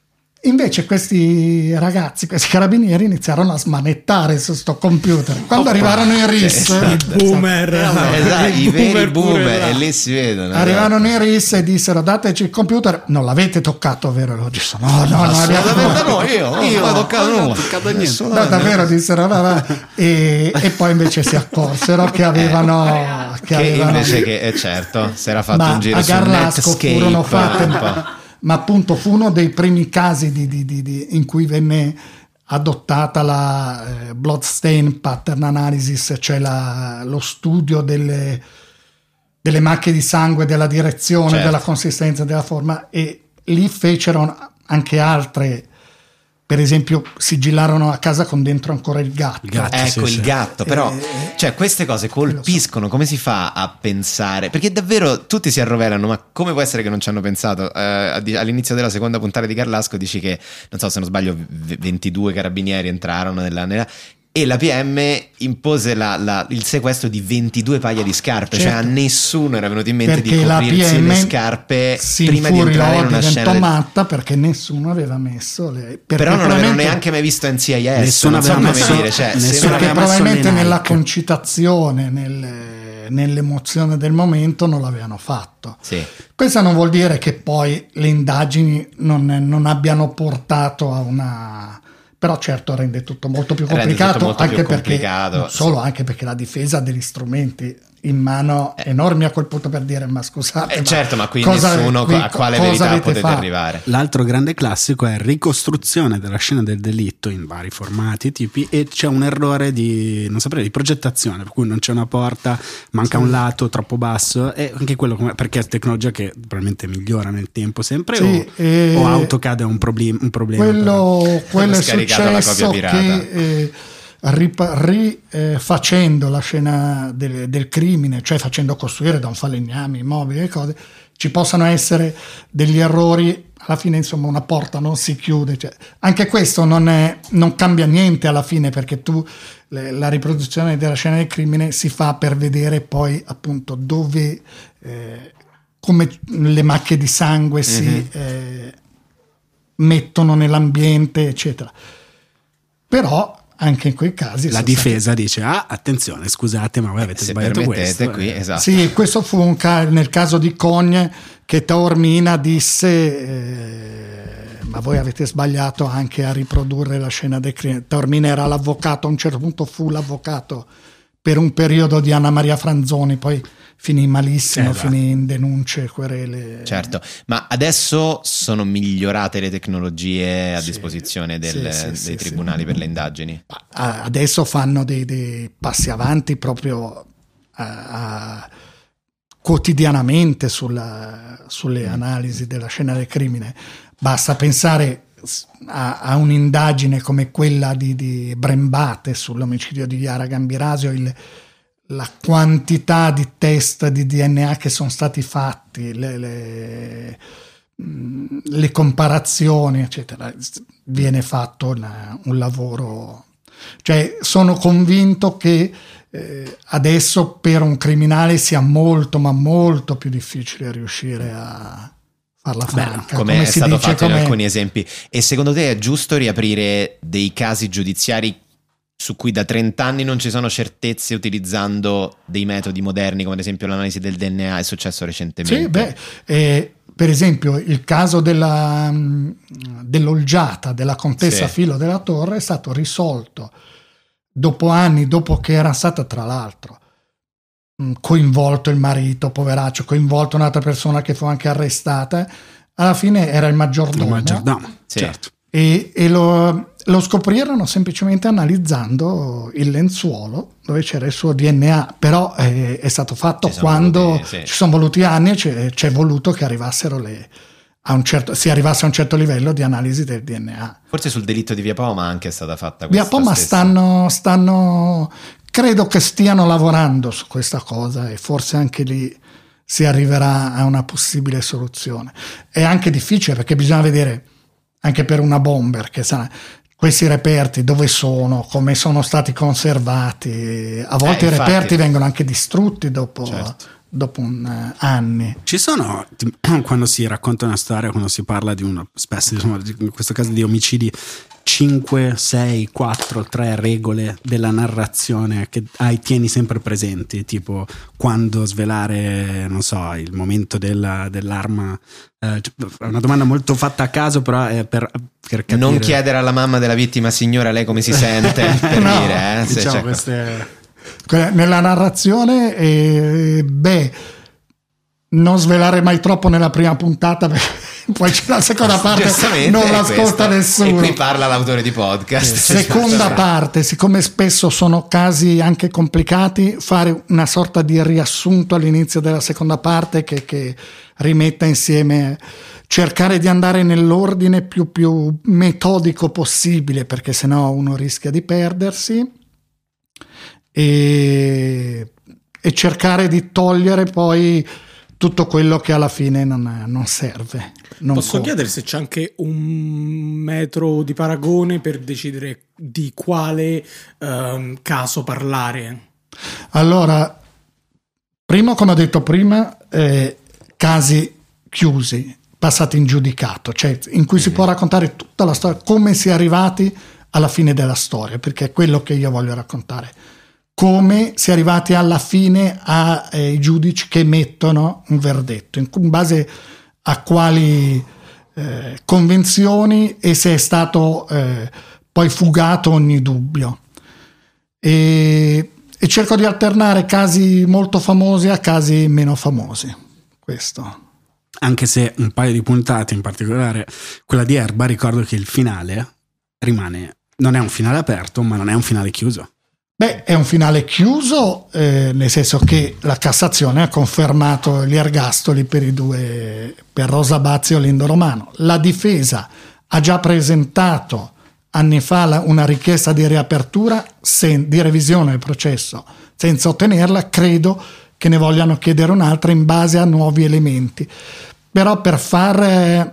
Invece questi ragazzi, questi carabinieri iniziarono a smanettare su sto computer. Quando Oppa, arrivarono in R I S, cioè, Il boomer, esatto, il i veri pure boomer là. e lì si vedono. arrivarono in R I S e dissero dateci il computer, non l'avete toccato, vero? Lo dissero, no, no, non abbiamo Assolutamente no, io non ho mai toccato non ho nulla. toccato niente. No, davvero dissero va, va. E, e poi invece si accorsero che avevano che, Che avevano, invece che, eh, certo, si era fatto ma un giro a su Garlasco Netscape, furono fatte, un po'. ma appunto fu uno dei primi casi di, di, di, di, in cui venne adottata la eh, Bloodstain Pattern Analysis, cioè la, lo studio delle, delle macchie di sangue, della direzione, Certo. della consistenza, della forma, e lì fecero anche altre. Per esempio, sigillarono a casa con dentro ancora il gatto. Il gatto. Ecco sì, il sì. gatto, però Eh, cioè queste cose colpiscono, come si fa a pensare? Perché davvero tutti si arrovelano, ma come può essere che non ci hanno pensato? Eh, all'inizio della seconda puntata di Garlasco dici che, non so se non sbaglio, ventidue carabinieri entrarono nella, nella e la P M impose la, la, il sequestro di ventidue paia di scarpe, Certo. cioè a nessuno era venuto in mente perché di la coprirsi P M le scarpe si prima di infuriò, entrare in una diventò scena del- matta perché nessuno aveva messo le, perché però non avevano probabilmente- neanche mai visto N C I S, Nessuno non so aveva come messo- dire, cioè, nessuno sembra- perché aveva messo probabilmente le nella Nike. concitazione nel, nell'emozione del momento non l'avevano fatto. Sì. Questo non vuol dire che poi le indagini non, non abbiano portato a una, però certo rende tutto molto più Rende complicato, tutto molto anche più perché complicato, non solo, anche perché la difesa ha degli strumenti in mano enormi a quel punto per dire ma scusate, Eh, ma certo, ma qui cosa- nessuno qui a quale cosa verità avete potete fatto? arrivare. L'altro grande classico è ricostruzione della scena del delitto in vari formati, tipi, e c'è un errore di, non saprei, di progettazione, per cui non c'è una porta, manca un lato troppo basso, e anche quello come- perché è tecnologia che probabilmente migliora nel tempo sempre, Sì, o, e- o AutoCAD è un, problem- un problema. quello, quello è scaricato la copia successo pirata. che eh, ripa- rifacendo la scena del, del crimine, cioè facendo costruire da un falegname immobili e cose, ci possano essere degli errori. Alla fine insomma una porta non si chiude, cioè, anche questo non, è, non cambia niente alla fine, perché tu le, la riproduzione della scena del crimine si fa per vedere poi appunto dove eh, come le macchie di sangue si Mhm. eh, mettono nell'ambiente eccetera, però anche in quei casi La sono difesa dice: ah, attenzione, scusate, ma voi avete Se sbagliato permettete, questo. qui, eh. esatto. Sì, questo fu un ca- nel caso di Cogne, che Taormina disse eh, ma voi avete sbagliato anche a riprodurre la scena del crimine. Taormina era l'avvocato, a un certo punto fu l'avvocato per un periodo di Anna Maria Franzoni, poi finì malissimo, Esatto. finì in denunce, querele. Certo, ma adesso sono migliorate le tecnologie a Sì, disposizione del- sì, sì, dei sì, tribunali sì. per le indagini. A- Adesso fanno dei, dei passi avanti proprio a- a- quotidianamente sulla- sulle analisi della scena del crimine. Basta pensare a, a un'indagine come quella di, di Brembate sull'omicidio di Yara Gambirasio, il, la quantità di test di D N A che sono stati fatti, le, le, mh, le comparazioni, eccetera. Viene fatto una- un lavoro. Cioè, sono convinto che eh, adesso per un criminale sia molto, ma molto più difficile riuscire a farla franca. Come, è si stato dice, fatto in come- alcuni esempi. E secondo te è giusto riaprire dei casi giudiziari su cui da trenta anni non ci sono certezze utilizzando dei metodi moderni, come ad esempio l'analisi del D N A? È successo recentemente. Sì, beh, eh, per esempio il caso della, mh, dell'olgiata della contessa Sì. Filo della Torre è stato risolto dopo anni, dopo che era stata tra l'altro mh, coinvolto il marito, poveraccio, coinvolto un'altra persona che fu anche arrestata. Alla fine era il maggiordomo, Il maggiordomo, Sì. certo. e, e lo, lo scoprirono semplicemente analizzando il lenzuolo dove c'era il suo D N A, però è, è stato fatto ci sono quando voluti, sì. ci sono voluti anni e c'è, c'è voluto che arrivassero le a un certo, si arrivasse a un certo livello di analisi del D N A. Forse sul delitto di Via Poma anche è stata fatta questa Via Poma stessa. stanno, stanno credo che stiano lavorando su questa cosa e forse anche lì si arriverà a una possibile soluzione. È anche difficile perché bisogna vedere anche per una bomber che sa questi reperti dove sono, come sono stati conservati. A volte Eh, i infatti. reperti vengono anche distrutti dopo, Certo. dopo un, uh, anni. Ci sono, quando si racconta una storia, quando si parla di una, spesso insomma, in questo caso di omicidi, cinque, sei, quattro, tre regole della narrazione che hai, tieni sempre presenti, tipo quando svelare, non so, il momento della, dell'arma. Eh, è una domanda molto fatta a caso, però è per, per capire. Non chiedere alla mamma della vittima, signora, lei come si sente, per No, dire, eh, se Diciamo c'è- queste... Nella narrazione, eh, beh, non svelare mai troppo nella prima puntata, perché poi c'è la seconda parte, Giustamente, non è l'ascolta questo. nessuno. E qui parla l'autore di podcast. Seconda parte, siccome spesso sono casi anche complicati, fare una sorta di riassunto all'inizio della seconda parte che, che rimetta insieme, cercare di andare nell'ordine più, più metodico possibile, perché sennò uno rischia di perdersi. E, e cercare di togliere poi tutto quello che alla fine non, non serve. Non Posso conta. chiedere se c'è anche un metro di paragone per decidere di quale ehm, caso parlare? Allora, primo, come ho detto prima, eh, casi chiusi, passati in giudicato, cioè in cui si può raccontare tutta la storia, come si è arrivati alla fine della storia, perché è quello che io voglio raccontare. Come si è arrivati alla fine ai eh, giudici che emettono un verdetto, in, in base a quali eh, convenzioni e se è stato eh, poi fugato ogni dubbio. E, e cerco di alternare casi molto famosi a casi meno famosi. Questo. Anche se un paio di puntate, in particolare quella di Erba, ricordo che il finale rimane, non è un finale aperto, ma non è un finale chiuso. Beh, è un finale chiuso, eh, nel senso che la Cassazione ha confermato gli ergastoli per i due, per Rosa Bazzi e Olindo Romano. La difesa ha già presentato anni fa la, una richiesta di riapertura, sen, di revisione del processo, senza ottenerla. Credo che ne vogliano chiedere un'altra in base a nuovi elementi. Però per far eh,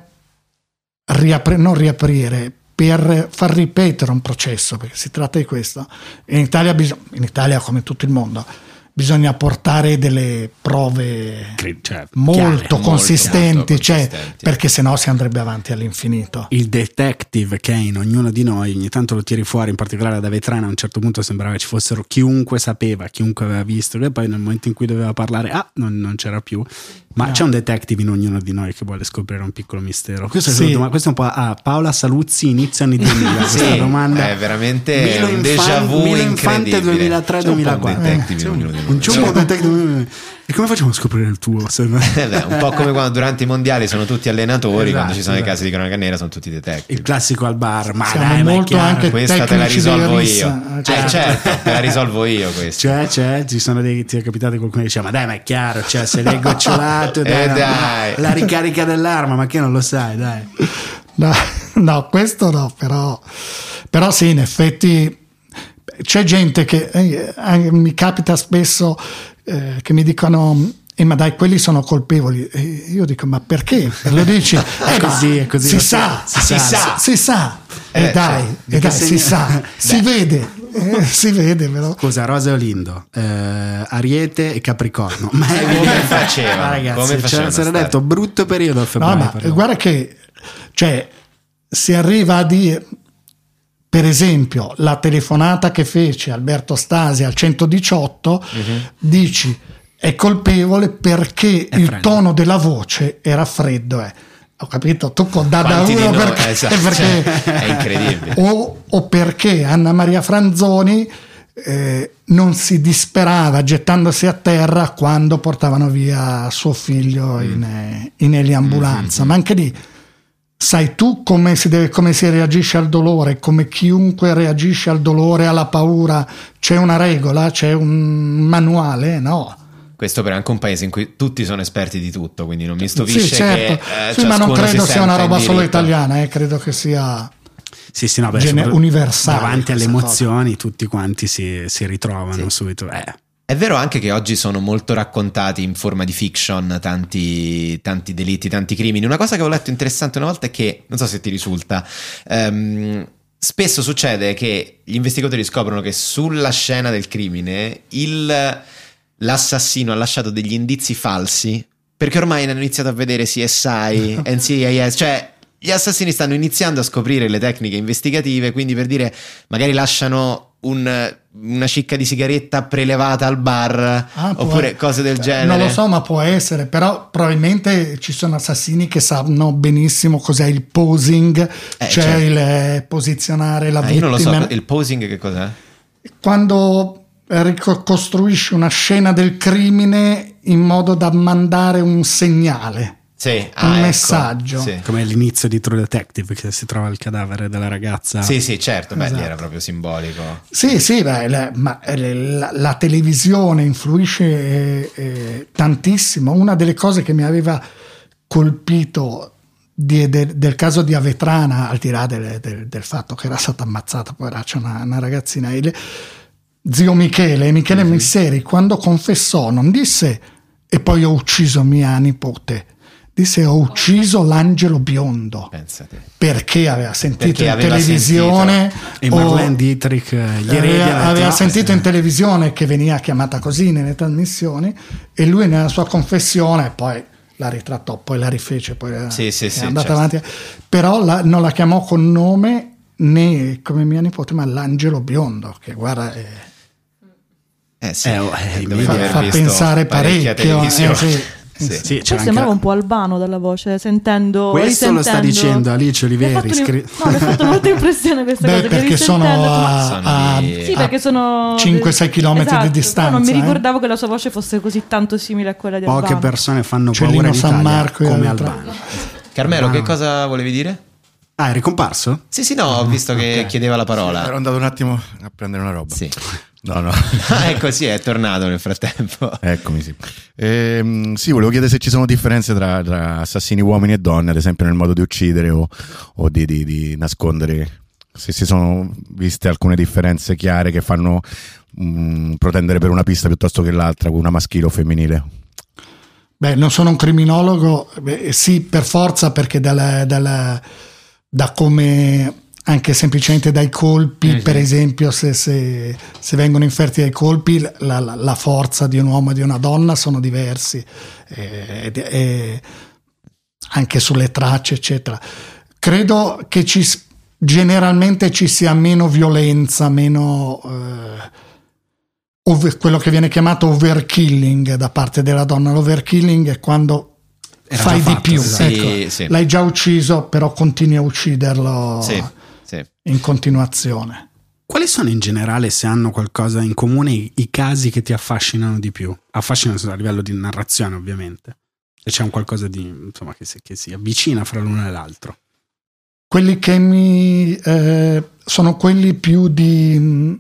riapri- non riaprire, per far ripetere un processo, perché si tratta di questo, in Italia, bis- in Italia come tutto il mondo, bisogna portare delle prove Cioè, molto chiare. consistenti, molto cioè, consistenti. perché sennò si andrebbe avanti all'infinito. Il detective che è in ognuno di noi, ogni tanto lo tiri fuori, in particolare da Vetrana, a un certo punto sembrava che ci fossero chiunque sapeva, chiunque aveva visto, e poi nel momento in cui doveva parlare, ah, non, non c'era più. Ma No. c'è un detective in ognuno di noi che vuole scoprire un piccolo mistero. Questo, Sì. è, domanda, questo è un po' a Paola Saluzzi, inizio anni duemila. Sì, questa domanda è veramente Milo un Infan- déjà vu Milo Infante incredibile. duemilatré C'è un po' un duemilaquattro. detective C'è in un- ognuno di noi. un c'è un po' un detective. E come facciamo a scoprire il tuo? Se- Eh beh, un po' come quando durante i mondiali sono tutti allenatori, Esatto, quando ci sono esatto. i casi di cronaca nera sono tutti detective. Il classico al bar, ma Siamo dai, ma è molto chiaro. anche Questa te la tecnici di risolvo rissa. io. Eh, Eh, certo. certo, te la risolvo io questa. C'è, c'è, ci sono dei, ti è capitato qualcuno che diceva, ma dai, ma è chiaro, cioè, se l'hai gocciolato, dai, Eh, no, dai. la ricarica dell'arma, ma che non lo sai, dai. No, no, questo no, però, però sì, in effetti c'è gente che eh, eh, mi capita spesso eh, che mi dicono eh, ma dai, quelli sono colpevoli. E io dico, ma perché? E lo dici, eh, così, è così. si sa, Si si sa. sa, si sa, e Eh, dai, cioè, e dai, si segna- sa, si vede, eh, si vede, però. Scusa, Rosa e Olindo, eh, Ariete e Capricorno. Ma è Come evidente- facevano? Ma ragazzi, Come cioè, facevano si era a stare? detto brutto periodo a No, febbraio. ma però. guarda che, cioè, si arriva a dire, per esempio, la telefonata che fece Alberto Stasi al centodiciotto, dici è colpevole perché È il freddo. tono della voce era freddo. Eh. Ho capito, tu con da da Quanti di uno noi, perché, esatto, perché- cioè, è incredibile. o, o perché Anna Maria Franzoni eh, non si disperava gettandosi a terra quando portavano via suo figlio in, eh, in eliambulanza, ma anche lì sai tu come si, deve, come si reagisce al dolore, come chiunque reagisce al dolore, alla paura, c'è una regola, c'è un manuale? No. Questo però è anche un paese in cui tutti sono esperti di tutto, quindi non mi stupisce sì, certo. che eh, sì, ma non credo sia una roba solo diritto. italiana, eh, credo che sia sì, sì, no, beh, gene- universale. Davanti alle cosa. emozioni tutti quanti si, si ritrovano Sì. subito. Eh. È vero anche che oggi sono molto raccontati in forma di fiction tanti, tanti delitti, tanti crimini. Una cosa che ho letto interessante una volta è che, non so se ti risulta, ehm, spesso succede che gli investigatori scoprono che sulla scena del crimine il, l'assassino ha lasciato degli indizi falsi, perché ormai hanno iniziato a vedere C S I, N C I S, cioè gli assassini stanno iniziando a scoprire le tecniche investigative, quindi per dire magari lasciano un, una cicca di sigaretta prelevata al bar, Ah, può- oppure cose del genere. Non lo so, ma può essere, però probabilmente ci sono assassini che sanno benissimo cos'è il posing, Eh, cioè certo. il eh, posizionare la Ah, io vittima. non lo so, il posing che cos'è? Quando ricostruisci una scena del crimine in modo da mandare un segnale, Sì, un ecco, messaggio. Sì. Come l'inizio di True Detective, che si trova il cadavere della ragazza. Sì, sì, certo, beh, lì Esatto. era proprio simbolico. Sì, sì, beh, la, ma eh, la, la televisione influisce eh, eh, tantissimo. Una delle cose che mi aveva colpito di- de- del caso di Avetrana, al di là del, del- del fatto che era stata ammazzata, poi c'è una, una ragazzina, il zio Michele, Michele Mhm. Misseri, quando confessò, non disse e poi ho ucciso mia nipote, disse ho ucciso l'angelo biondo. Pensate. Perché aveva sentito Perché in aveva televisione E o- Marlene Dietrich, eh, gli eredi, aveva, ha detto, aveva "No, sentito sì". in televisione che veniva chiamata così nelle trasmissioni e lui nella sua confessione poi la ritrattò, poi la rifece, poi la- Sì, sì, è sì, andata certo. avanti, però la- non la chiamò con nome né come mia nipote, ma l'angelo biondo, che guarda è- Eh sì, Eh, oh, eh, dovevi fa, aver fa visto pensare parecchia parecchio. eh, televisione. sì. Sì. Sì, Poi c'era sembrava anche- un po' albano dalla voce, sentendo Questo lo sta risentendo. dicendo Alice Oliveri, Mi ha fatto, scri- no, mi ha fatto molta impressione questa Beh, cosa. che perché sono risentendo- a, Sono a- di- Sì, perché sono cinque sei chilometri Esatto, di distanza. però non mi eh. ricordavo che la sua voce fosse così tanto simile a quella di Poche Albano. persone fanno Cellino paura San all'Italia Marco e come altre. Albano. Carmelo, che Albano. cosa volevi dire? Ah, è ricomparso? Sì, sì, no, ho visto che ok. chiedeva la parola. Ero andato un attimo a prendere una roba. Sì. No, no. Ah, ecco, sì, è tornato nel frattempo. Eccomi, sì. Ehm, sì, volevo chiedere se ci sono differenze tra, tra assassini uomini e donne, ad esempio nel modo di uccidere o, o di, di- di nascondere, se si sono viste alcune differenze chiare che fanno mm, protendere per una pista piuttosto che l'altra, una maschile o femminile. Beh, non sono un criminologo, beh, sì, per forza, perché dalla- dalla- da come anche semplicemente dai colpi, Mhm. per esempio, se, se- se vengono inferti dai colpi, la, la- la forza di un uomo e di una donna sono diversi, eh, ed- e anche sulle tracce, eccetera. Credo che ci, s- generalmente ci sia meno violenza, meno eh, over- quello che viene chiamato overkilling da parte della donna. L'overkilling è quando Era fai già di fatto, più, esatto. ecco. Sì, sì. L'hai già ucciso, però continui a ucciderlo Sì, sì. in continuazione. Quali sono in generale, se hanno qualcosa in comune, i, i casi che ti affascinano di più? Affascinano a livello di narrazione, ovviamente. Se c'è un qualcosa di, insomma, che si, che si avvicina fra l'uno e l'altro. Quelli che mi eh, sono quelli più di,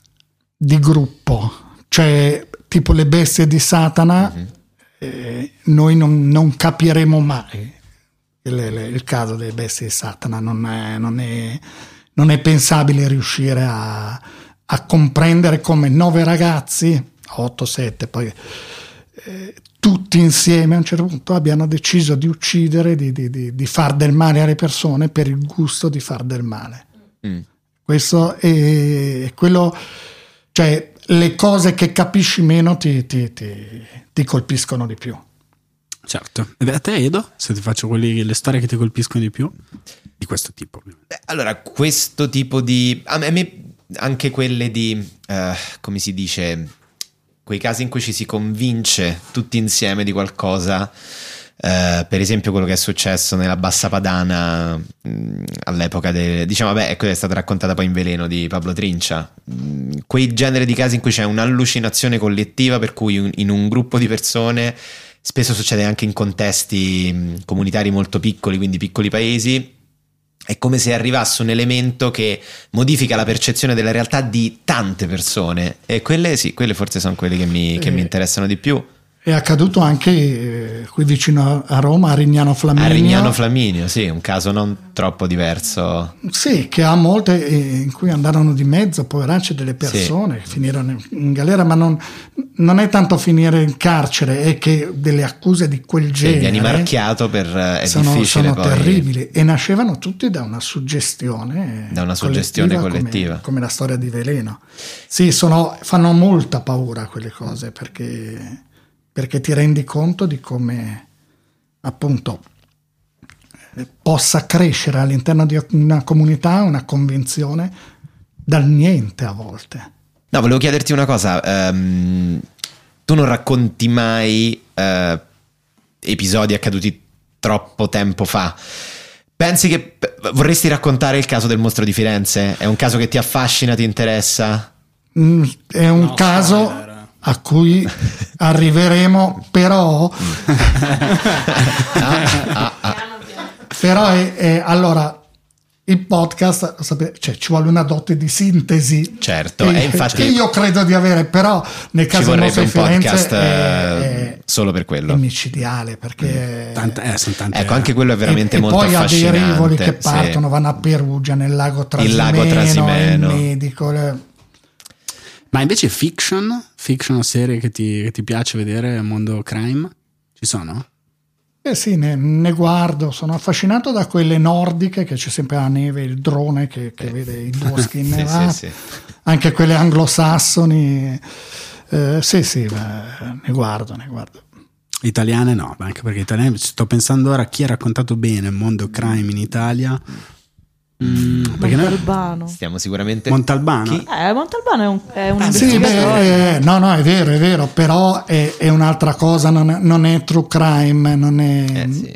di gruppo, cioè tipo le bestie di Satana. Mhm. eh, noi non, non capiremo mai il, il- il caso delle bestie di Satana, non è, non è- non è pensabile riuscire a, a comprendere come nove ragazzi, otto sette poi, eh, tutti insieme a un certo punto abbiano deciso di uccidere, di, di, di, di far del male alle persone per il gusto di far del male. Mm. Questo è quello, cioè le cose che capisci meno ti, ti, ti, ti colpiscono di più. Certo. E a te, Edo, se ti faccio quelli, le storie che ti colpiscono di più? Di questo tipo, ovviamente. Beh, allora, questo tipo di... A me, a me anche quelle di... eh, come si dice... Quei casi in cui ci si convince tutti insieme di qualcosa... eh, per esempio quello che è successo nella Bassa Padana mh, all'epoca del... Diciamo, vabbè, ecco, è stata raccontata poi in Veleno di Pablo Trincia. Mh, quei genere di casi in cui c'è un'allucinazione collettiva per cui un- in un gruppo di persone spesso succede anche in contesti mh, comunitari molto piccoli, quindi piccoli paesi. È come se arrivasse un elemento che modifica la percezione della realtà di tante persone, e quelle sì, quelle forse sono quelle che mi, che Eh. mi interessano di più. È accaduto anche eh, qui vicino a Roma, a Rignano Flaminio. A Rignano Flaminio, sì, un caso non troppo diverso. Sì, che ha molte, eh, in cui andarono di mezzo, poveracci, delle persone che finirono in, in galera, ma non, non è tanto finire in carcere, è che delle accuse di quel Sì, genere vieni marchiato per è sono, difficile sono poi. terribili, e nascevano tutti da una suggestione Da una suggestione collettiva. come, come la storia di Veleno. Sì, sono, fanno molta paura quelle cose, perché perché ti rendi conto di come appunto possa crescere all'interno di una comunità una convinzione dal niente a volte. No, volevo chiederti una cosa, ehm, tu non racconti mai eh, episodi accaduti troppo tempo fa. Pensi che vorresti raccontare il caso del mostro di Firenze? È un caso che ti affascina, ti interessa? Mm, è un No, caso spoiler. a cui arriveremo, però ah, ah. però è, è- allora il podcast, sapete, cioè, ci vuole una dote di sintesi, Certo, che, e infatti che io credo di avere, però nel ci caso del vorrebbe nostro un Firenze podcast è, eh, è, solo per è quello. micidiale, perché Tante, eh, sono tante. Ecco, anche quello è veramente e, e molto poi ha dei affascinante. rivoli che sì. partono, vanno a Perugia, nel lago Trasimeno, lago Trasimeno. il medico, le- Ma invece fiction, fiction o serie che ti, che ti piace vedere, mondo crime, ci sono? Eh sì, ne, ne guardo, sono affascinato da quelle nordiche, che c'è sempre la neve, il drone che, che vede i boschi Sì, innevati, sì, sì. anche quelle anglosassoni, eh, sì sì, beh, ne guardo, ne guardo. Italiane no, anche perché italiane, sto pensando ora a chi ha raccontato bene il mondo crime in Italia. Mm, perché noi, Montalbano. Stiamo sicuramente Montalbano. Chi? Eh, Montalbano è un, è un Sì, investigatore. beh, eh, no, no, è vero, è vero, però è, è un'altra cosa, non è, non è true crime, non è... Eh, sì.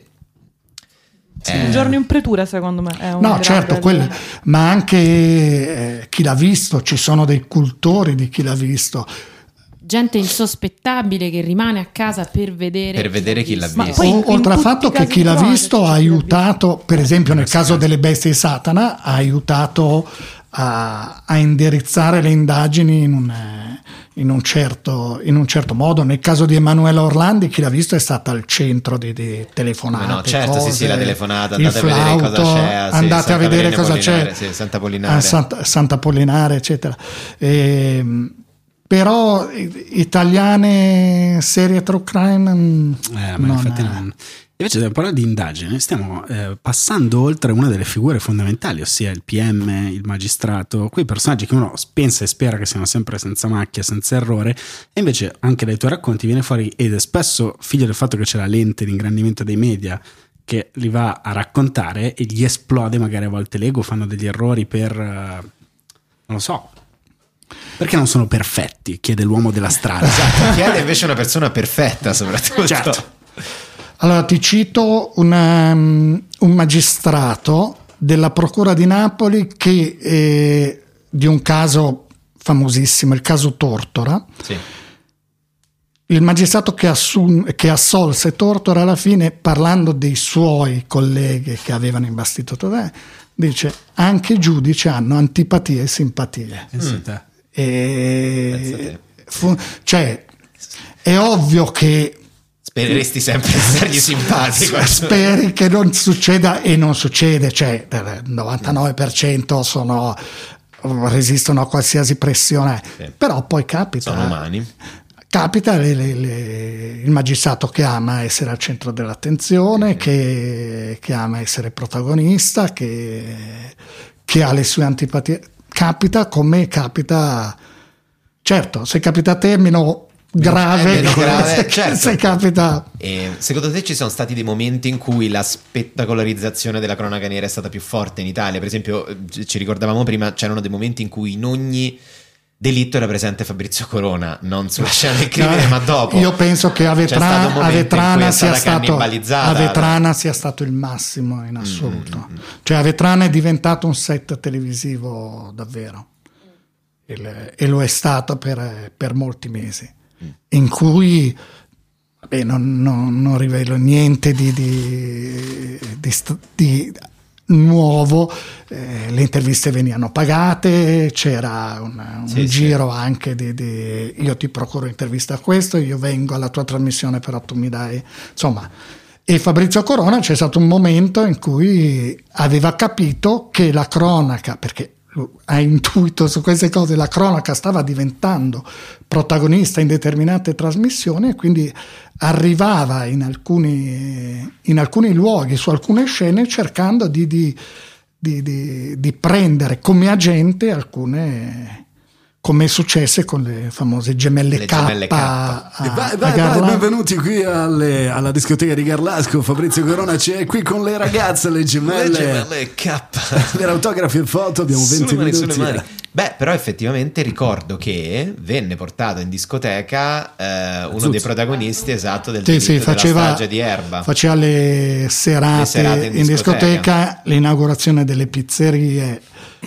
Sì, un giorno in pretura, secondo me. È un No, grande- certo, quelle, ma anche eh, chi l'ha visto, ci sono dei cultori di chi l'ha visto. Gente insospettabile che rimane a casa per vedere Per vedere chi l'ha Ma visto. poi O- in oltre al tutti fatto i che casi chi di l'ha cronaca visto c'è ha chi l'ha aiutato, per esempio nel caso delle bestie di Satana, ha aiutato a, a indirizzare le indagini in un, eh, in, un certo, in un certo modo. Nel caso di Emanuela Orlandi, chi l'ha visto è stata al centro di, di telefonate. No, certo, sì, sì, la cose, telefonata, il andate a vedere cosa flauto, c'è, sì, andate a Santa vedere Maria cosa Apollinare, c'è sì, Santa Apollinare. a Santa, Santa Apollinare, eccetera. Ehm, però i- italiane serie true crime mm, Eh, ma non infatti è- non. Invece, da parlare di indagine, stiamo eh, passando oltre una delle figure fondamentali, ossia il P M, il magistrato, quei personaggi che uno pensa e spera che siano sempre senza macchia, senza errore, e invece anche dai tuoi racconti viene fuori, ed è spesso figlio del fatto che c'è la lente di ingrandimento dei media che li va a raccontare e gli esplode magari a volte l'ego, fanno degli errori per, eh, non lo so, perché non sono perfetti, chiede l'uomo della strada. Esatto, chiede invece una persona perfetta, soprattutto. Certo. Allora ti cito un, um, un magistrato della Procura di Napoli che eh, di un caso famosissimo, il caso Tortora. Sì. Il magistrato che, assun- che assolse Tortora alla fine, parlando dei suoi colleghi che avevano imbastito Tortora, dice: anche i giudici hanno antipatie e simpatie. Pensa a te. Pensa a E te. fu- cioè, è ovvio che Spereresti sempre di essergli simpatico. speri che non succeda, e non succede, cioè il novantanove per cento sono, resistono a qualsiasi pressione, Sì. però poi capita. Sono umani. Capita le- le- le- il magistrato che ama essere al centro dell'attenzione, che, che ama essere protagonista, che, che ha le sue antipatie. Capita come capita, certo, se capita a te meno grave, È meno grave, se, certo. se capita. E secondo te ci sono stati dei momenti in cui la spettacolarizzazione della cronaca nera è stata più forte in Italia? Per esempio, eh, ci ricordavamo prima, c'erano dei momenti in cui in ogni delitto era presente Fabrizio Corona, non sulla scena del crimine, No, ma dopo. Io penso che a C'è stato un Vetrana, a momento in cui Vetrana è sia stata stato, cannibalizzata. a Vetrana sia stato il massimo in assoluto. Mm, mm, mm. Cioè a Vetrana è diventato un set televisivo davvero. Il- e lo è stato per, per molti mesi, in cui Beh, non, non, non rivelo niente di, di, di, di nuovo, eh, le interviste venivano pagate, c'era un, un sì, giro sì. anche di, di io ti procuro intervista a questo, io vengo alla tua trasmissione però tu mi dai, insomma. E Fabrizio Corona, c'è stato un momento in cui aveva capito che la cronaca, perché ha intuito su queste cose, la cronaca stava diventando protagonista in determinate trasmissioni e quindi arrivava in alcuni, in alcuni luoghi, su alcune scene, cercando di, di, di, di, di prendere come agente alcune, come è successo con le famose gemelle, Le K, gemelle K. a, vai, a vai, vai, Garla- benvenuti qui alle- alla discoteca di Garlasco. Fabrizio Corona c'è qui con le ragazze, le gemelle, Le gemelle K. per autografi e foto. Abbiamo venti Sulle mani, minuti. sulle mani. Beh, però effettivamente ricordo che venne portato in discoteca eh, uno Zuzzo. dei protagonisti esatto del Sì, delitto sì, della faceva, strage di Erba. faceva le serate, Le serate in in discoteca, discoteca, l'inaugurazione delle pizzerie.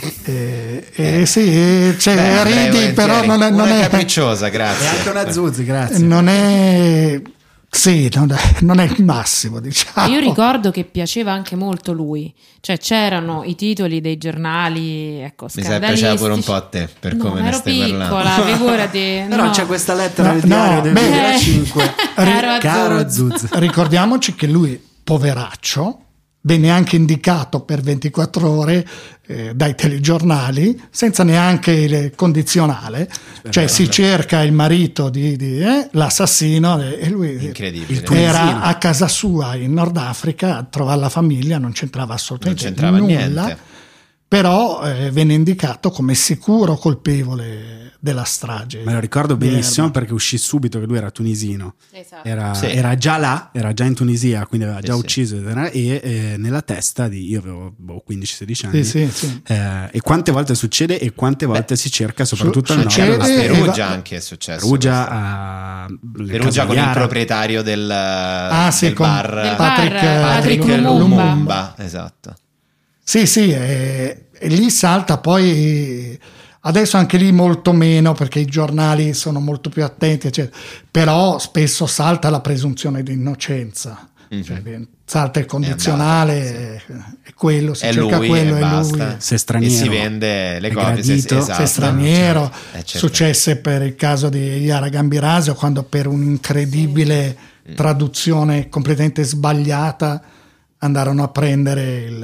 Eh, eh, sì, eh, cioè, Beh, Andrea, ridi, però non è, non una è, capricciosa, grazie. E anche una Zuzzi, grazie. non è, sì, non è, non è il massimo, diciamo. Io ricordo che piaceva anche molto lui, cioè c'erano i titoli dei giornali, ecco, Mi sa che piaceva pure un scandalistici. po' a te, per No, come ne ero stai piccola, parlando. figurati. Però no. c'è questa lettera No, del diario no, del beh, duemilacinque. Caro Caro Azzuzzi. Azzuzzi. Ricordiamoci che lui, poveraccio, venne anche indicato per ventiquattro ore eh, dai telegiornali senza neanche il condizionale, cioè si cerca il marito di, di eh, l'assassino e e lui Incredibile. Il era tunisino. a casa sua in Nord Africa a trovare la famiglia, non c'entrava assolutamente Non c'entrava nulla, niente. però eh, venne indicato come sicuro colpevole della strage. Me lo ricordo di benissimo Erba. perché uscì subito che lui era tunisino. Esatto. Era, Sì. era già là, era già in Tunisia, quindi aveva Sì, già sì. ucciso e eh, nella testa di io avevo boh, quindici sedici anni. Sì, sì, sì. Eh, e quante volte succede e quante volte si cerca, soprattutto al succede- nord. A Eh, Perugia eh, anche è successo. Perugia, questo. a Perugia con il proprietario del, Ah, sì, del con bar Del Patrick, bar, eh, Patrick Patrick Lumumba. Lumumba. Esatto. Sì, sì, e, e lì salta poi, adesso anche lì molto meno perché i giornali sono molto più attenti, eccetera. Però spesso salta la presunzione di innocenza, Mhm. cioè, salta il condizionale e quello, si È cerca lui quello, e è basta. lui. Se è straniero, e si vende le è copie. se- gradito. esatto. Se è straniero, Eh, certo. successe per il caso di Yara Gambirasio quando per un'incredibile traduzione completamente sbagliata andarono a prendere il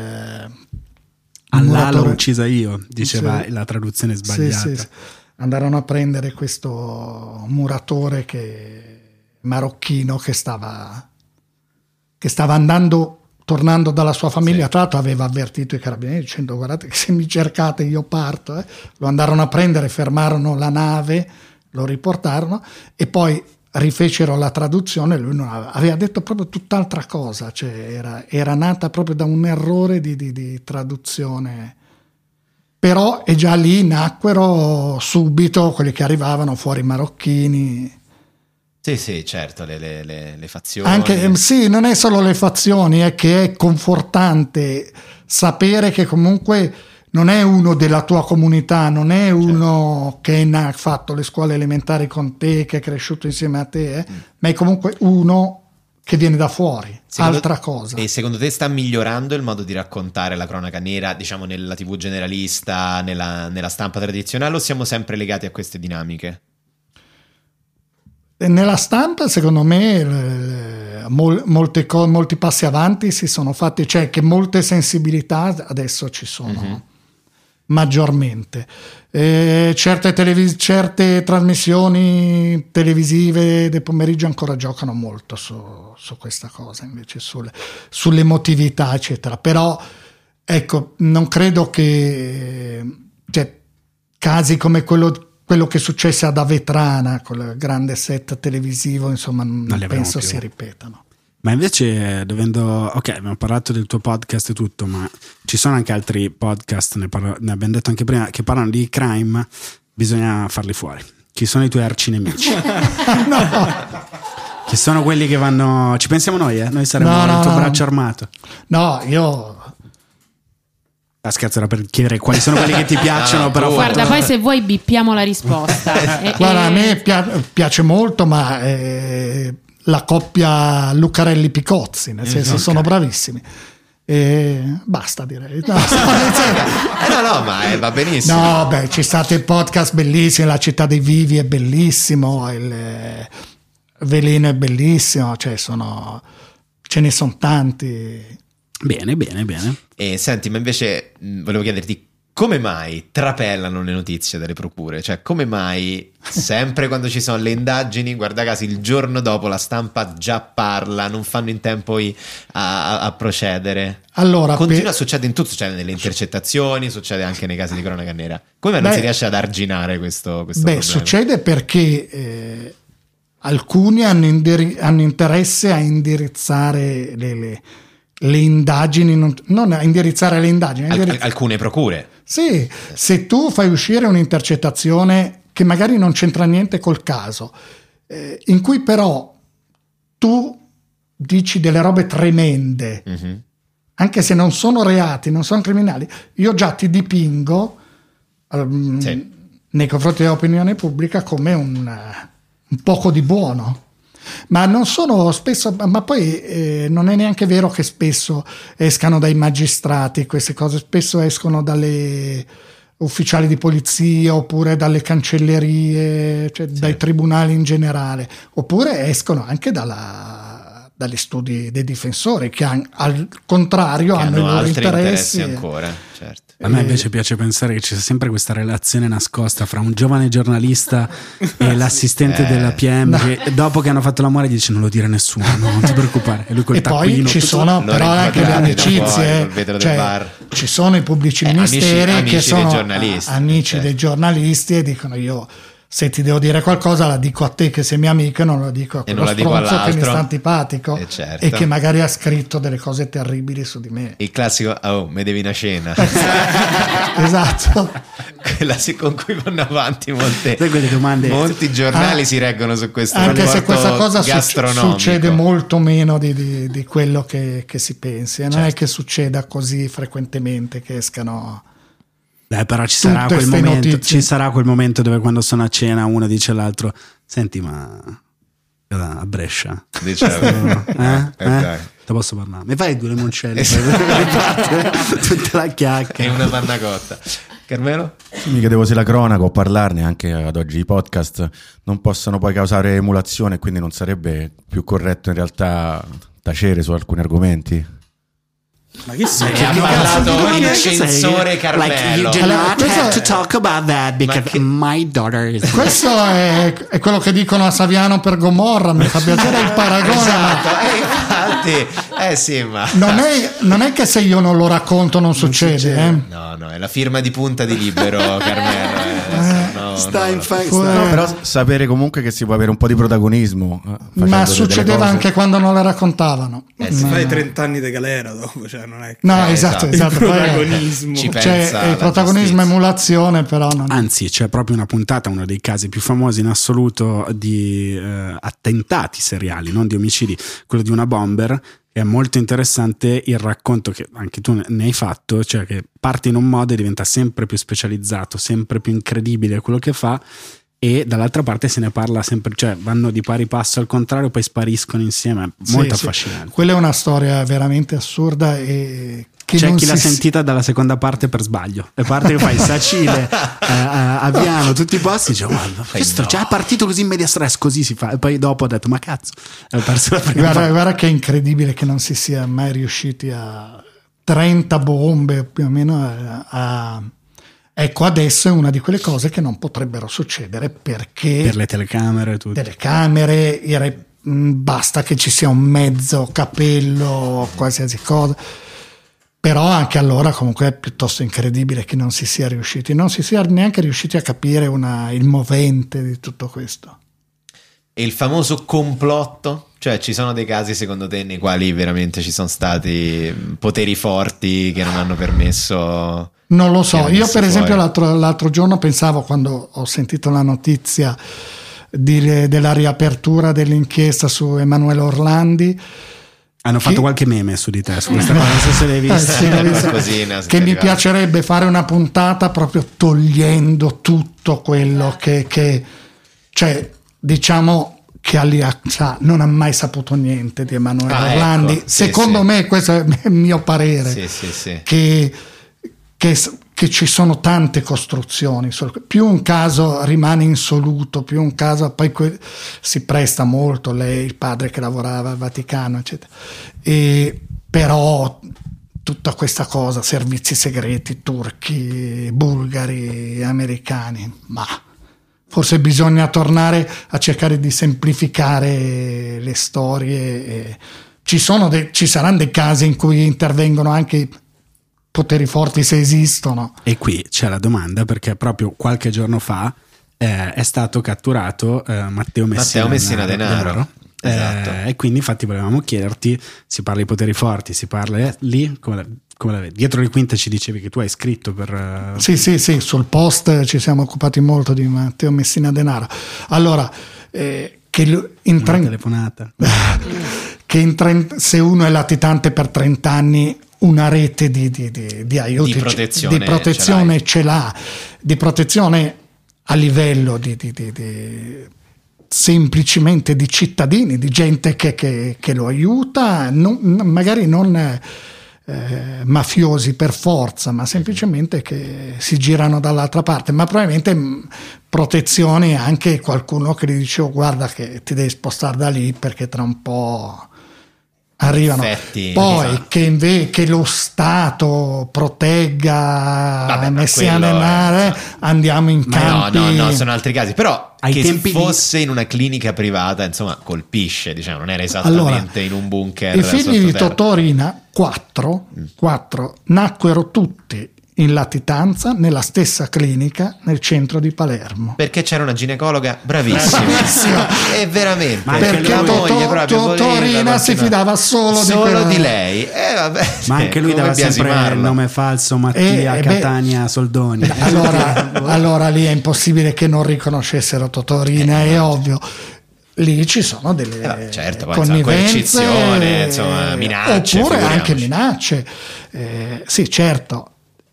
all'ala l'ho muratore- uccisa io, diceva Sì. la traduzione Sì, sbagliata. sì, sì. Andarono a prendere questo muratore che, marocchino che stava, che stava andando, tornando dalla sua famiglia. Sì. Tra l'altro aveva avvertito i carabinieri dicendo guardate che se mi cercate io parto. eh. Lo andarono a prendere, fermarono la nave, lo riportarono e poi rifecero la traduzione. Lui non aveva, aveva detto proprio tutt'altra cosa, cioè era, era nata proprio da un errore di, di, di traduzione. Però e già lì nacquero subito quelli che arrivavano fuori marocchini. Sì, sì, certo, le, le, le, le fazioni. Anche, ehm, sì, non è solo le fazioni, è che è confortante sapere che comunque non è uno della tua comunità, non è uno che ha fatto le scuole elementari con te, che è cresciuto insieme a te, eh, ma è comunque uno che viene da fuori, Secondo- altra cosa. E secondo te sta migliorando il modo di raccontare la cronaca nera, diciamo nella tivù generalista, nella, nella stampa tradizionale, o siamo sempre legati a queste dinamiche? E nella stampa, secondo me, eh, mol- molte co- molti passi avanti si sono fatti, cioè che molte sensibilità adesso ci sono. Mhm. Maggiormente. Eh, certe, televis- certe trasmissioni televisive del pomeriggio ancora giocano molto su, su questa cosa, invece sulle, sull'emotività, eccetera. Però, ecco, non credo che cioè, casi come quello, quello che successe ad Avetrana, con il grande set televisivo, insomma, non li avremo penso più. si ripetano. Ma invece, dovendo, ok, abbiamo parlato del tuo podcast e tutto, ma ci sono anche altri podcast, ne, parla- ne abbiamo detto anche prima, che parlano di crime, bisogna farli fuori. Chi sono i tuoi arcinemici? Chi sono quelli che vanno, ci pensiamo noi, eh? Noi saremo No, no, il tuo no. braccio armato. No, io Ah, scherzo, era per chiedere quali sono quelli che ti piacciono, Ah, però tu- Guarda, fatto- poi se vuoi bippiamo la risposta. E- Guarda, e- a me pia- piace molto, ma eh, la coppia Lucarelli-Picozzi, nel senso okay. sono bravissimi. E basta, direi. No, eh no, no, ma eh, va benissimo. No, beh, ci state podcast bellissimi, La città dei vivi è bellissimo, il eh, Veleno è bellissimo, cioè sono, ce ne sono tanti. Bene, bene, bene. E senti, ma invece mh, volevo chiederti come mai trapellano le notizie delle procure? Cioè, come mai sempre quando ci sono le indagini, guarda caso, il giorno dopo la stampa già parla, non fanno in tempo i, a, a procedere? Allora, continua per... a succedere in tutto, succede nelle intercettazioni, succede anche nei casi di cronaca nera. Come mai non beh, si riesce ad arginare questo, questo beh, problema? succede perché eh, alcuni hanno, indiri- hanno interesse a indirizzare le, le, le indagini, non, non a indirizzare le indagini. Al- indirizz- alcune procure. Sì, se tu fai uscire un'intercettazione che magari non c'entra niente col caso, eh, in cui però tu dici delle robe tremende, mm-hmm. anche se non sono reati, non sono criminali, io già ti dipingo um, sì. nei confronti dell'opinione pubblica come un, un poco di buono. Ma non sono spesso, ma poi eh, non è neanche vero che spesso escano dai magistrati queste cose, spesso escono dalle ufficiali di polizia oppure dalle cancellerie, cioè sì. dai tribunali in generale, oppure escono anche dalla, dagli studi dei difensori che han, al contrario che hanno, hanno i loro altri interessi, interessi ancora, certo. A me invece piace pensare che ci sia sempre questa relazione nascosta fra un giovane giornalista e l'assistente eh, della P M no. che dopo che hanno fatto l'amore dice non lo dire a nessuno, no, non ti preoccupare, e lui col e taccuino, poi ci sono tutto, però anche le amicizie, fuori, cioè, bar. ci sono i pubblici eh, ministeri amici, che amici sono dei giornalisti, amici certo. dei giornalisti e dicono io se ti devo dire qualcosa la dico a te che sei mia amica e non la dico a quello stronzo che mi sta antipatico eh certo. e che magari ha scritto delle cose terribili su di me. Il classico oh mi devi una cena. Esatto. Quella con cui vanno avanti molte, domande. molti giornali ah, si reggono su questo anche se questa cosa gastronomico. succede molto meno di, di, di quello che, che si pensi, non certo. è che succeda così frequentemente che escano. Beh, però ci sarà, quel momento, ci sarà quel momento dove quando sono a cena uno dice all'altro senti ma a Brescia diciamo. eh? eh? Te posso parlare? Mi fai due limoncelli tutta la chiacchiera e una panna cotta. Carmelo? Mi chiedevo se la cronaca o parlarne anche ad oggi i podcast non possono poi causare emulazione, quindi non sarebbe più corretto in realtà tacere su alcuni argomenti. Ma che sei? Ha parlato il censore Carmelo. Like you do allora, not have to talk about that because che... my daughter is. Questo è, è quello che dicono a Saviano per Gomorra. Mi fa piacere il paragone. Esatto, ma... eh, infatti, eh sì, ma non è, non è che se io non lo racconto non, non succede, succede. Eh? No, no, è la firma di punta di Libero, Carmelo. Eh. No, sta no, in fa- fu- sta... No, però sapere comunque che si può avere un po' di protagonismo. Ma succedeva anche quando non le raccontavano. Eh, si ma... fai trenta anni di galera dopo, cioè non è che... No, eh, esatto, esatto. esatto. Il protagonismo. Ci Cioè, pensa il protagonismo giustizia. emulazione, però non... Anzi, c'è proprio una puntata, uno dei casi più famosi in assoluto di eh, attentati seriali, non di omicidi, quello di una bomber. È molto interessante il racconto che anche tu ne hai fatto, cioè che parte in un modo e diventa sempre più specializzato, sempre più incredibile quello che fa, e dall'altra parte se ne parla sempre, cioè vanno di pari passo al contrario, poi spariscono insieme, molto sì, affascinante. Sì. Quella è una storia veramente assurda e che c'è non chi si l'ha sentita dalla seconda parte per sbaglio, le parti che fai Sacile, eh, Aviano, tutti i posti, dice guarda questo no. Già è partito così in media stress, così si fa, e poi dopo ho detto ma cazzo ho perso la prima guarda, parte. Guarda che è incredibile che non si sia mai riusciti a trenta bombe più o meno a, a... Ecco, adesso è una di quelle cose che non potrebbero succedere perché per le telecamere tutto. telecamere i re... basta che ci sia un mezzo capello qualsiasi cosa. Però anche allora comunque è piuttosto incredibile che non si sia riusciti, non si sia neanche riusciti a capire una, il movente di tutto questo. E il famoso complotto? Cioè ci sono dei casi secondo te nei quali veramente ci sono stati poteri forti che non hanno permesso? Non lo so, io per esempio l'altro, l'altro giorno pensavo, quando ho sentito la notizia di, della riapertura dell'inchiesta su Emanuele Orlandi, hanno fatto che... qualche meme su di te, su questa cosa, non so se l'hai vista. Eh, sì, Cosina, che mi piacerebbe fare una puntata proprio togliendo tutto quello che, che cioè diciamo che Aliaxa non ha mai saputo niente di Emanuele Ah, Orlandi. ecco, sì, Secondo sì. me, questo è il mio parere, Sì, sì, sì. Che, che, che ci sono tante costruzioni. Più un caso rimane insoluto, più un caso poi que- si presta molto, lei, il padre che lavorava al Vaticano, eccetera. E, però tutta questa cosa, servizi segreti turchi, bulgari, americani, ma forse bisogna tornare a cercare di semplificare le storie. E ci sono de- ci saranno dei casi in cui intervengono anche i poteri forti, se esistono. E qui c'è la domanda, perché proprio qualche giorno fa eh, è stato catturato eh, Matteo Messina, Matteo Messina Denaro. Denaro. Esatto. Eh, e quindi infatti volevamo chiederti, si parla di poteri forti, si parla eh, lì, come la, come la vedi? Dietro le quinte ci dicevi che tu hai scritto per... Uh... Sì, sì, sì, sul post ci siamo occupati molto di Matteo Messina Denaro. Allora, eh, che in Una tre... telefonata. che in trenta... se uno è latitante per trenta anni, una rete di, di, di, di aiuti, Di protezione di protezione ce ce l'ha, di protezione a livello di... di, di, di semplicemente di cittadini, di gente che, che, che lo aiuta, non, magari non eh, mafiosi per forza, ma semplicemente che si girano dall'altra parte, ma probabilmente mh, protezioni anche qualcuno che gli dice oh, guarda che ti devi spostare da lì perché tra un po' arrivano. Effetti, poi esatto. che invece che lo Stato protegga Vabbè, ma Messina quello è, Denaro, insomma. andiamo in Ma campi. no, no, no, sono altri casi. Però Ai che tempi di- fosse in una clinica privata, insomma, colpisce, diciamo, non era esattamente Allora, in un bunker. i figli di sottoterra. Totò Riina, quattro, quattro, nacquero tutti in latitanza nella stessa clinica nel centro di Palermo. Perché c'era una ginecologa bravissima. Bravissima. E veramente. Ma anche Perché la lui- moglie Totò, proprio Totò voleva Riina si continuare. fidava solo, Solo di, quella- di lei. Eh, vabbè, Ma anche lui come dava sempre biasimarla. il nome falso, Mattia Eh, eh, beh, Catania Soldoni. Allora, allora lì è impossibile che non riconoscessero Totò Riina, è ovvio. Lì ci sono delle Eh, vabbè, certo, poi, insomma, connivenze, coercizione, insomma, minacce, oppure anche figuriamoci. minacce. Eh, sì, certo.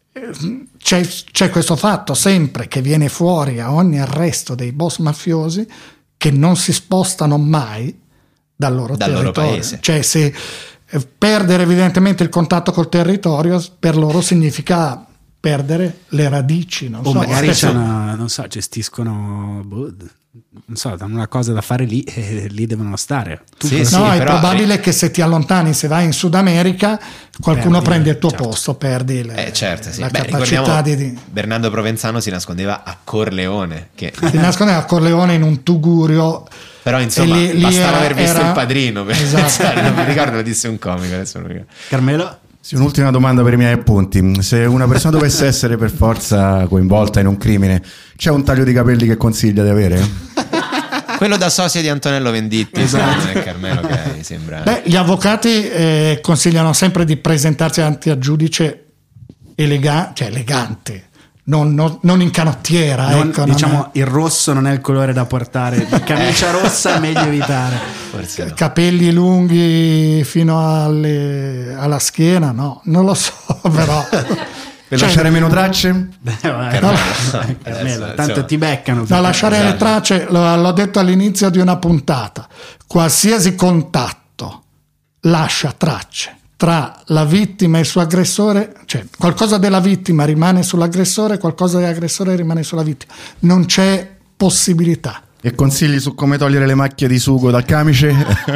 Eh, C'è, c'è questo fatto sempre che viene fuori a ogni arresto dei boss mafiosi che non si spostano mai dal loro Dal loro territorio. paese. Cioè, se eh, perdere evidentemente il contatto col territorio per loro significa perdere le radici. Non O so, magari spesso- c'è una, non so, gestiscono, boh, non so, hanno una cosa da fare lì e lì devono stare. Tu Sì, cosa- No, sì, è però- probabile che se ti allontani, se vai in Sud America, qualcuno Perdi, prende il tuo certo. posto, perdi le- Eh, certo, sì. la Beh, capacità ricordiamo, di, di, Bernardo Provenzano si nascondeva a Corleone, che di nascondere a Corleone in un tugurio. però insomma E lì- lì bastava era- aver visto era- Il Padrino per Esatto. pensare, non mi ricordo, lo disse un comico adesso non mi ricordo. Carmelo? Sì, un'ultima domanda per i miei appunti. Se una persona dovesse essere per forza coinvolta in un crimine, c'è un taglio di capelli che consiglia di avere? Quello da sosia di Antonello Venditti, esatto. Non è Carmelo che mi sembra. Beh, gli avvocati eh, consigliano sempre di presentarsi davanti al giudice elega- cioè elegante, non, non- non in canottiera. Non- ecco, non diciamo è- il rosso non è il colore da portare, la camicia rossa è meglio evitare. Forse no. capelli lunghi fino alle- alla schiena, no, non lo so, però. Per Cioè, lasciare meno tracce? Beh, vai. Carmelo. Carmelo, Adesso, tanto insomma. ti beccano. Da lasciare le Esatto. tracce, lo- l'ho detto all'inizio di una puntata, qualsiasi contatto lascia tracce tra la vittima e il suo aggressore, cioè qualcosa della vittima rimane sull'aggressore, qualcosa dell'aggressore rimane sulla vittima, non c'è possibilità. E consigli su come togliere le macchie di sugo dal camice?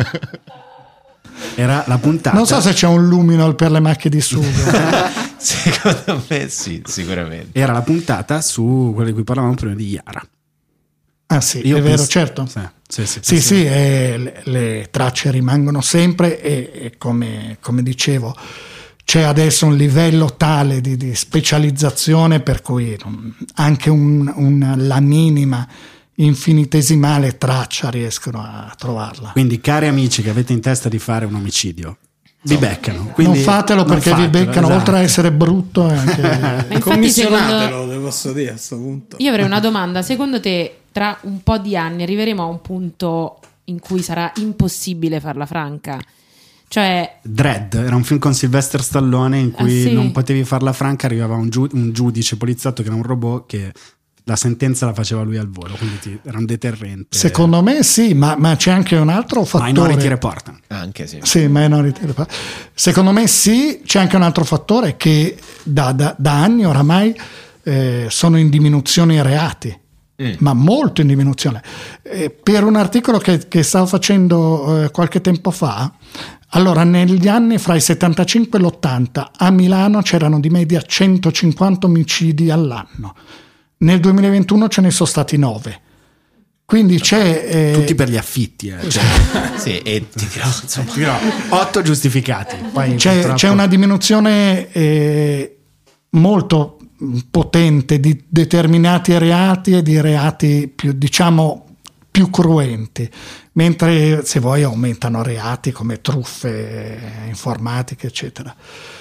Era la puntata. Non so se c'è un luminol per le macchie di sugo. Secondo me sì, sicuramente. Era la puntata su quello di cui parlavamo prima di Yara. Ah sì, Io è vero, penso- certo. Sì, sì, sì, Sì, penso- sì, eh, le, le tracce rimangono sempre e, e come, come dicevo c'è adesso un livello tale di, di specializzazione per cui non- anche un, un- la minima infinitesimale traccia riescono a trovarla. Quindi, cari amici che avete in testa di fare un omicidio, vi beccano. Quindi non fatelo non perché vi fatelo, beccano, esatto. oltre a essere brutto è anche... Ma infatti, Commissionatelo, secondo... te posso dire a questo punto. Io avrei una domanda. Secondo te, tra un po' di anni arriveremo a un punto in cui sarà impossibile farla franca? Cioè, Dredd era un film con Sylvester Stallone in cui Ah, sì? non potevi farla franca, arrivava un, giu- un giudice poliziotto che era un robot che la sentenza la faceva lui al volo, quindi ti, era un deterrente. Secondo me sì, ma, ma c'è anche un altro fattore. Minority Report. Anche sì. Sì, Minority Report. Secondo me sì, c'è anche un altro fattore che da, da, da anni oramai eh, sono in diminuzione i reati. Mm. Ma molto in diminuzione. Eh, per un articolo che, che stavo facendo eh, qualche tempo fa, allora negli anni fra i settantacinque e l'ottanta a Milano c'erano di media centocinquanta omicidi all'anno, nel duemilaventuno ce ne sono stati nove, quindi c'è eh, tutti per gli affitti eh. Cioè, sì, e ti dirò, insomma, ti dirò otto giustificati. Poi c'è, purtroppo... c'è una diminuzione eh, molto potente di determinati reati e di reati più, diciamo, più cruenti, mentre se vuoi aumentano reati come truffe informatiche eccetera.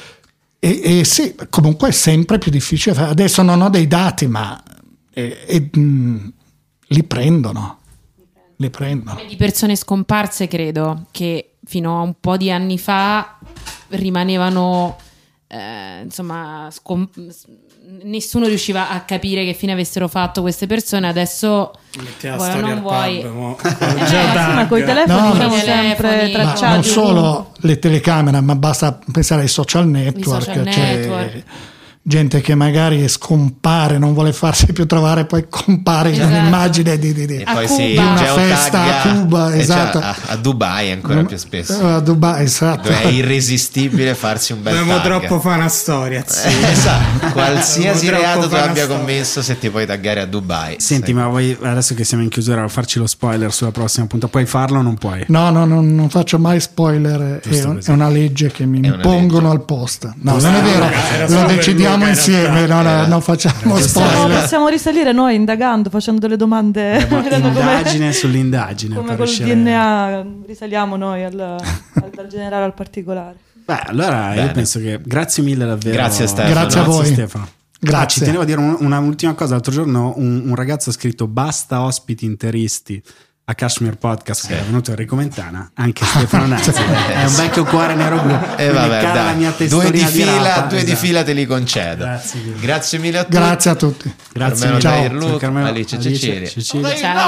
E, e sì, comunque è sempre più difficile. Adesso non ho dei dati, ma e, e, mh, li prendono li prendono di persone scomparse, credo che fino a un po' di anni fa rimanevano eh, insomma scom- nessuno riusciva a capire che fine avessero fatto queste persone. Adesso vuoi non vuoi pub, eh, Eh, sì, ma con i telefoni No, siamo no. sempre Telefoni. ma tracciati. non solo le telecamere, ma basta pensare ai social network, social c'è network. gente che magari scompare, non vuole farsi più trovare, poi compare in Esatto. un'immagine di, di, di, E A poi Cuba. si Di una festa a geotagga, Cuba, e esatto. cioè, a, a Dubai ancora più spesso, a Dubai, esatto. dove è irresistibile farsi un bel Dobbiamo tag. troppo fare una storia, zio. Eh, esatto. Qualsiasi Dobbiamo reato troppo tu fare una abbia storia. commesso, se ti puoi taggare a Dubai. Senti, Sì. ma vuoi, adesso che siamo in chiusura, farci lo spoiler sulla prossima puntata? Puoi farlo o non puoi? No, no, no, non faccio mai spoiler, è, Giusto un- così. è una legge che mi È una impongono legge. al post. No, Giusto. non è vero, Era lo solo per decidiamo Luca, in insieme, no, no, Eh. non facciamo Giusto. Possiamo, spoiler. possiamo risalire noi indagando, facendo delle domande, vedendo come, Indagine sull'indagine come per col riuscire- D N A risaliamo noi al, al- dal generale al particolare. Beh, allora Bene. io penso che grazie mille davvero. Grazie, Stefano. Grazie a voi. Stefano. Grazie. Ah, ci tenevo a dire un- una ultima cosa. L'altro giorno un, un ragazzo ha scritto basta ospiti interisti a Kashmir Podcast, che è venuto Enrico Mentana, anche Stefano Nazzi. È un vecchio cuore nero blu. E Quindi, vabbè, cara la dai. mia due testolina di fila, rapa, due di esatto. fila te li concedo. Grazie mille. Grazie mille a tutti. Grazie a tutti. Grazie Carmelo mille. Tahir Ciao, Luc, Carmelo, Alice Alice, Cecilia. Cecilia. Ciao,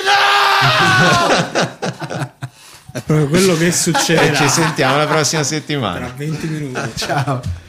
grazie. È proprio quello che E succederà ci sentiamo la prossima settimana. tra venti minuti. Ciao.